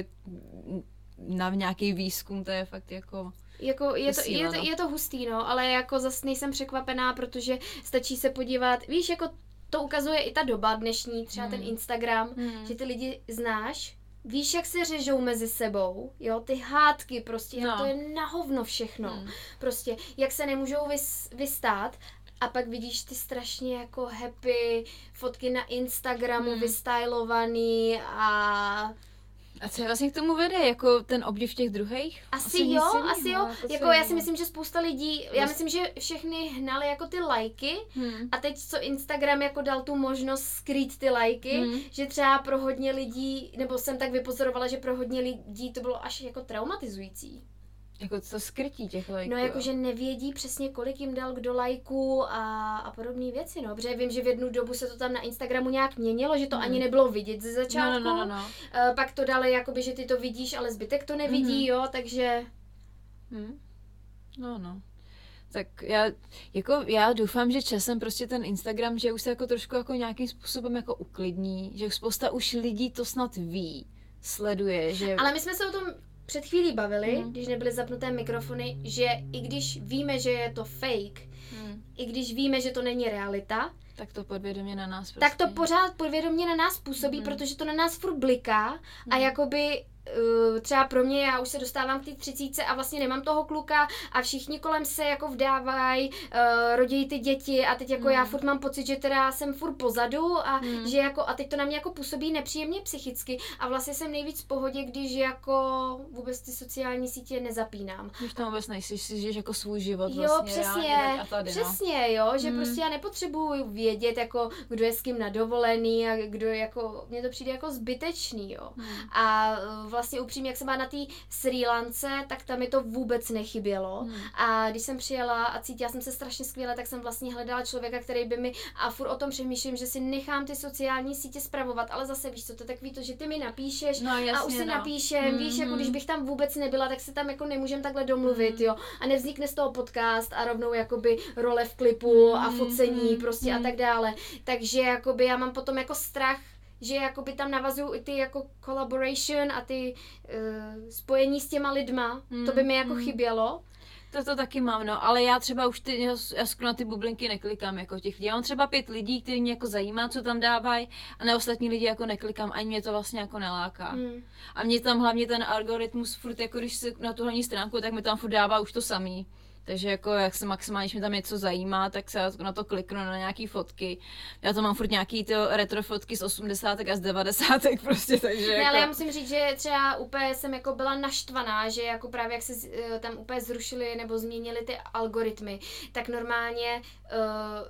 na nějaký výzkum, to je fakt jako... Jako je, to, je, to, je to hustý, no, ale jako zase nejsem překvapená, protože stačí se podívat, víš, jako to ukazuje i ta doba dnešní, třeba hmm. ten Instagram, hmm. že ty lidi znáš, víš, jak se řežou mezi sebou, jo, ty hádky prostě, no. jak to je na hovno všechno, hmm. prostě, jak se nemůžou vys, vystát a pak vidíš ty strašně jako happy fotky na Instagramu, hmm. vystylovaný a... A co je vlastně k tomu vede? Jako ten obdiv těch druhých? Asi, asi jo, asi jo. Jako, jako já si myslím, že spousta lidí, já myslím, že všechny hnali jako ty lajky hmm. a teď co Instagram jako dal tu možnost skrýt ty lajky, hmm. že třeba pro hodně lidí, nebo jsem tak vypozorovala, že pro hodně lidí to bylo až jako traumatizující. Jako to skrytí těch lajků. No jakože nevědí přesně, kolik jim dal kdo lajků a, a podobné věci, no. Protože vím, že v jednu dobu se to tam na Instagramu nějak měnilo, že to hmm. ani nebylo vidět ze začátku. No, no, no, no. Uh, pak to dali jakoby, že ty to vidíš, ale zbytek to nevidí, hmm. jo, takže... Hmm. No, no. Tak já, jako, já doufám, že časem prostě ten Instagram, že už se jako trošku jako nějakým způsobem jako uklidní, že spousta už lidí to snad ví, sleduje, že... Ale my jsme se o tom před chvílí bavili, hmm. když nebyly zapnuté mikrofony, že i když víme, že je to fake, hmm. i když víme, že to není realita, tak to podvědomě na nás prostě. Tak to pořád podvědomě na nás působí, hmm. protože to na nás furt bliká hmm. a jakoby uh, třeba pro mě, já už se dostávám k té třicítce a vlastně nemám toho kluka a všichni kolem se jako vdávají, uh, rodí ty děti a teď jako hmm. já furt mám pocit, že teda jsem furt pozadu a hmm. že jako a teď to na mě jako působí nepříjemně psychicky a vlastně jsem nejvíc v pohodě, když jako vůbec ty sociální sítě nezapínám. Když tam vůbec nejsi, si žiješ jako svůj život jo, vlastně přesně, reálně, a tady, přesně, no. jo, že hmm. prostě já nepotřebuju vědět, jako kdo je s kým na dovolený a kdo je jako, mně to přijde jako zbytečný, jo. Hmm. A vlastně upřímně, jak jsem byla na té Srí Lance, tak tam mi to vůbec nechybělo. Hmm. A když jsem přijela a cítila jsem se strašně skvěle, tak jsem vlastně hledala člověka, který by mi, a furt o tom přemýšlím, že si nechám ty sociální sítě spravovat, ale zase víš co, to je takový to, že ty mi napíšeš no, jasně, a už si no. napíšem, hmm. víš, jako když bych tam vůbec nebyla, tak se tam jako nemůžem takhle domluvit, hmm. jo. A nevznikne z toho podcast a rovnou jakoby role v klipu a focení hmm. prostě hmm. a tak dále. Takže jakoby já mám potom jako strach, že jakoby tam navazují i ty jako collaboration a ty uh, spojení s těma lidma, mm, to by mi jako mm. chybělo. To to taky mám, no, ale já třeba už ty, já, já na ty bublinky neklikám jako těch lidí. Já mám třeba pět lidí, který mě jako zajímá, co tam dávají a na ostatní lidi jako neklikám, ani mě to vlastně jako neláká. Mm. A mě tam hlavně ten algoritmus furt, jako když se na tu hlavní stránku, tak mi tam furt dává už to samý. Takže jako jak se maximálně, když mi tam něco zajímá, tak se na to kliknu na nějaký fotky. Já to mám furt nějaký to retro fotky z osmdesátek a z devadesátek prostě, takže ne, jako... ale já musím říct, že třeba úplně jsem jako byla naštvaná, že jako právě jak se tam úplně zrušili nebo změnili ty algoritmy, tak normálně uh,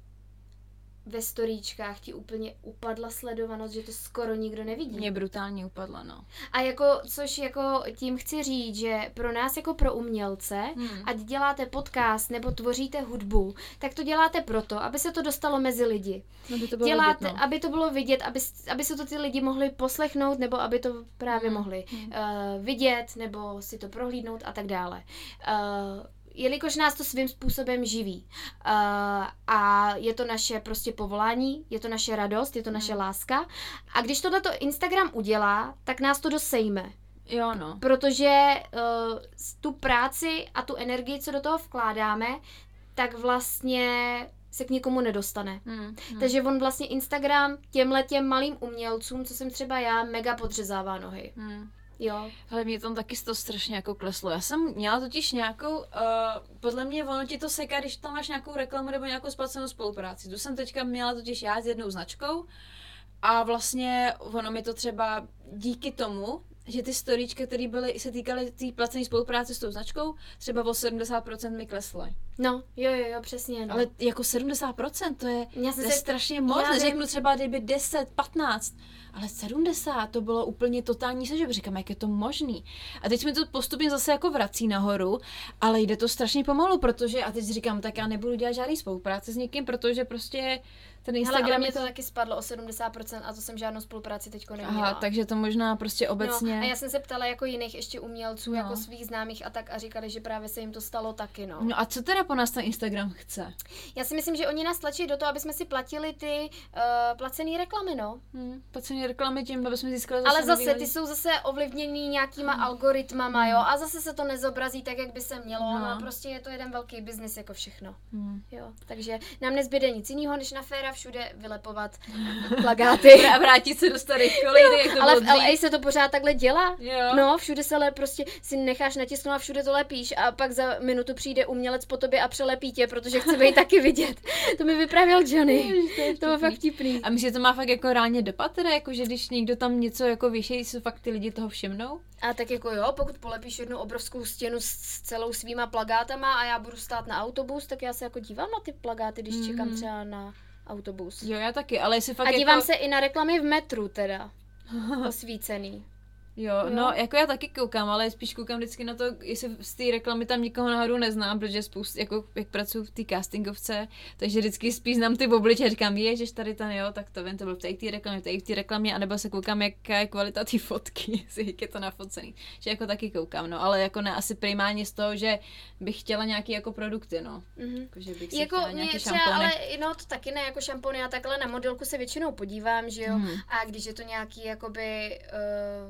ve storíčkách ti úplně upadla sledovanost, že to skoro nikdo nevidí. Mě brutálně upadla, no. A jako, což jako tím chci říct, že pro nás jako pro umělce, hmm. ať děláte podcast nebo tvoříte hudbu, tak to děláte proto, aby se to dostalo mezi lidi. Aby to bylo děláte, vidět, no. aby to bylo vidět, aby, aby se to ty lidi mohli poslechnout, nebo aby to právě hmm. mohli hmm. Uh, vidět, nebo si to prohlídnout a tak dále. Uh, Jelikož nás to svým způsobem živí. Uh, a je to naše prostě povolání, je to naše radost, je to naše hmm. láska. A když tohleto Instagram udělá, tak nás to dosejme. Jo, no. Protože uh, tu práci a tu energii, co do toho vkládáme, tak vlastně se k nikomu nedostane. Hmm, hmm. Takže on vlastně Instagram těmhletěm malým umělcům, co jsem třeba já, mega podřezává nohy. Hmm. Jo. Ale mě tam taky to strašně jako kleslo. Já jsem měla totiž nějakou, uh, podle mě ono ti to seká, když tam máš nějakou reklamu nebo nějakou splacenou spolupráci. Tu jsem teďka měla totiž já s jednou značkou a vlastně ono mi to třeba díky tomu, že ty storíčka, které byly, se týkaly té placené spolupráce s tou značkou, třeba o sedmdesát procent mi klesly. No, jo, jo, jo, přesně. No. Ale jako sedmdesát procent, to je, to je se, strašně moc. Neřeknu třeba, kdyby deset, patnáct, ale sedmdesát, to bylo úplně totální sežeb. Říkám, jak je to možný. A teď mi to postupně zase jako vrací nahoru, ale jde to strašně pomalu, protože, a teď říkám, tak já nebudu dělat žádný spolupráce s někým, protože prostě ten Instagram... Hele, ale mě to taky spadlo o sedmdesát procent a to jsem žádnou spolupráci teďko neměla. Aha, takže to možná prostě obecně... No, a já jsem se ptala jako jiných ještě umělců, no. jako svých známých a tak a říkali, že právě se jim to stalo taky, no. No a co teda po nás ten Instagram chce? Já si myslím, že oni nás tlačí do toho, aby jsme si platili ty uh, placené reklamy, no. Hmm, placené reklamy tím, aby jsme získali zase Ale zase, nový... ty jsou zase ovlivněný nějakýma hmm. algoritmama, hmm. jo, a zase se to nezobrazí tak, jak by se mělo, no. Ale prostě je to jeden velký biznis jako všechno, hmm. jo. Takže nám nezbyde nic jiného, než na Féra všude vylepovat plakáty. A vrátit se do starých kolejí, jak to ale v v L A se to pořád takhle dělá. Jo. No, všude se le, prostě si necháš natisnout a všude to lepíš a pak za minutu přijde umělec po tobě a přelepí tě, protože chce být taky vidět. To mi vyprávěl Johnny. To bylo fakt vtipný. A myslíš, že to má fakt jako reálně dopad teda, jako že když někdo tam něco jako vyšejí, se fakt ty lidi toho všimnou? A tak jako jo, pokud polepíš jednu obrovskou stěnu s celou svýma plagátama a já budu stát na autobus, tak já se jako dívám na ty plagáty, když mm. čekám třeba na autobus. Jo, já taky, ale jestli fakt a dívám jako... se i na reklamy v metru teda, osvícený. Jo, jo, no jako já taky koukám, ale spíš koukám vždycky na to, jestli z té reklamy tam nikoho náhodou neznám, protože spoust, jako jak pracuji v té castingovce, takže vždycky spíš znám ty obliče a říkám, ježiš, tady ten jo, tak to vím, to byl v té reklamě, v té reklamě, anebo se koukám, jaká je kvalita té fotky, jestli jak je to nafocený, že jako taky koukám, no, ale jako ne asi primárně z toho, že bych chtěla nějaký jako produkty, no, mm-hmm. jako, že bych si jako chtěla nějaký třeba, šampony. Ale no to taky ne, jako šampony, já takhle na modelku se většinou podívám, že jo, mm. a když je to nějaký jakoby... Uh,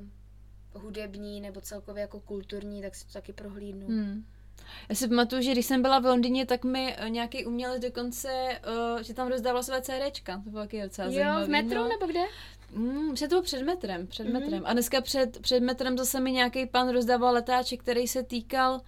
hudební nebo celkově jako kulturní, tak si to taky prohlídnu. Hmm. Já si pamatuju, že když jsem byla v Londýně, tak mi nějaký umělec dokonce, uh, že tam rozdával své CDčka. To bylo taky docela zajímavý. Jo, v metru no. nebo kde? Mm, to bylo před metrem, před mm-hmm. metrem. A dneska před, před metrem zase mi nějaký pan rozdával letáček, který se týkal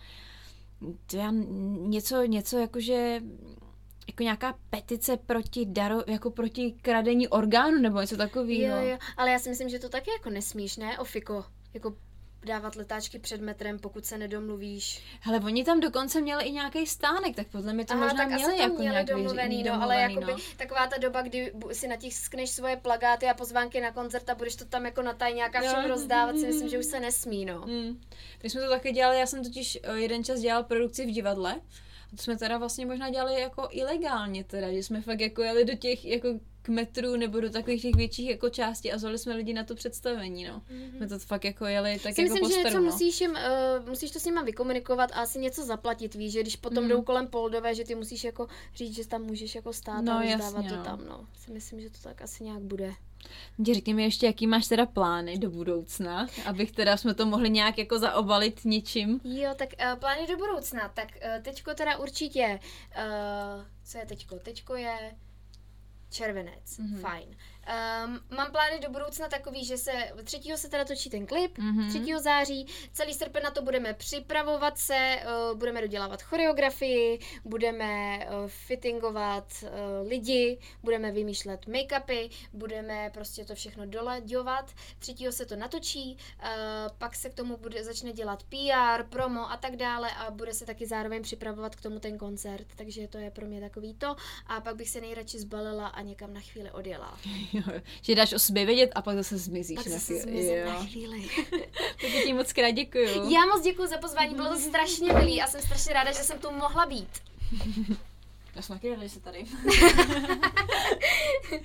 já, něco, něco jakože jako nějaká petice proti daro, jako proti kradení orgánů nebo něco takového. Jo, jo, ale já si myslím, že to taky jako nesmíš, ne, Ofiko? Jako dávat letáčky před metrem, pokud se nedomluvíš. Hele, oni tam dokonce měli i nějaký stánek, tak podle mě to Aha, možná tak měli asi jako měli nějak domluvený, no, ale jakoby no. Taková ta doba, kdy si natiskneš svoje plakáty a pozvánky na koncert a budeš to tam jako na tajňáka všem rozdávat, si myslím, že už se nesmí, no. Hmm. My jsme to taky dělali, já jsem totiž jeden čas dělal produkci v divadle. A to jsme teda vlastně možná dělali jako ilegálně teda, že jsme fakt jako jeli do těch jako k metru nebo do takových těch větších jako částí a zvali jsme lidi na to představení, no. Mm-hmm. Jsme to fakt jako jeli tak si jako myslím, po že strnu, něco musíš jim, uh, musíš to s nima vykomunikovat a asi něco zaplatit, víš, že když potom mm. jdou kolem Poldové, že ty musíš jako říct, že tam můžeš jako stát no, a rozdávat jasně, to no. tam, no. Si myslím, že to tak asi nějak bude. Řekni mi ještě, jaký máš teda plány do budoucna, abych teda jsme to mohli nějak jako zaobalit něčím. Jo, tak uh, plány do budoucna, tak uh, teďko teda určitě, uh, co je teďko? Teďko je červenec, mm-hmm. fajn. Um, mám plány do budoucna takový, že se třetího se teda točí ten klip, mm-hmm. třetího září, celý srpen na to budeme připravovat se, uh, budeme dodělávat choreografii, budeme uh, fittingovat uh, lidi, budeme vymýšlet make-upy, budeme prostě to všechno dolaďovat, třetího se to natočí, uh, pak se k tomu bude, začne dělat P R, promo a tak dále a bude se taky zároveň připravovat k tomu ten koncert, takže to je pro mě takový to a pak bych se nejradši zbalila a někam na chvíli odjela. Že dáš o sobě vědět a pak zase zmizíš pak na chvíli. chvíli. Zmizím na chvíli. Tak ti moc krát děkuju. Já moc děkuju za pozvání, bylo to strašně milý a jsem strašně ráda, že jsem tu mohla být. Já jsem taky ráda, že jsi tady.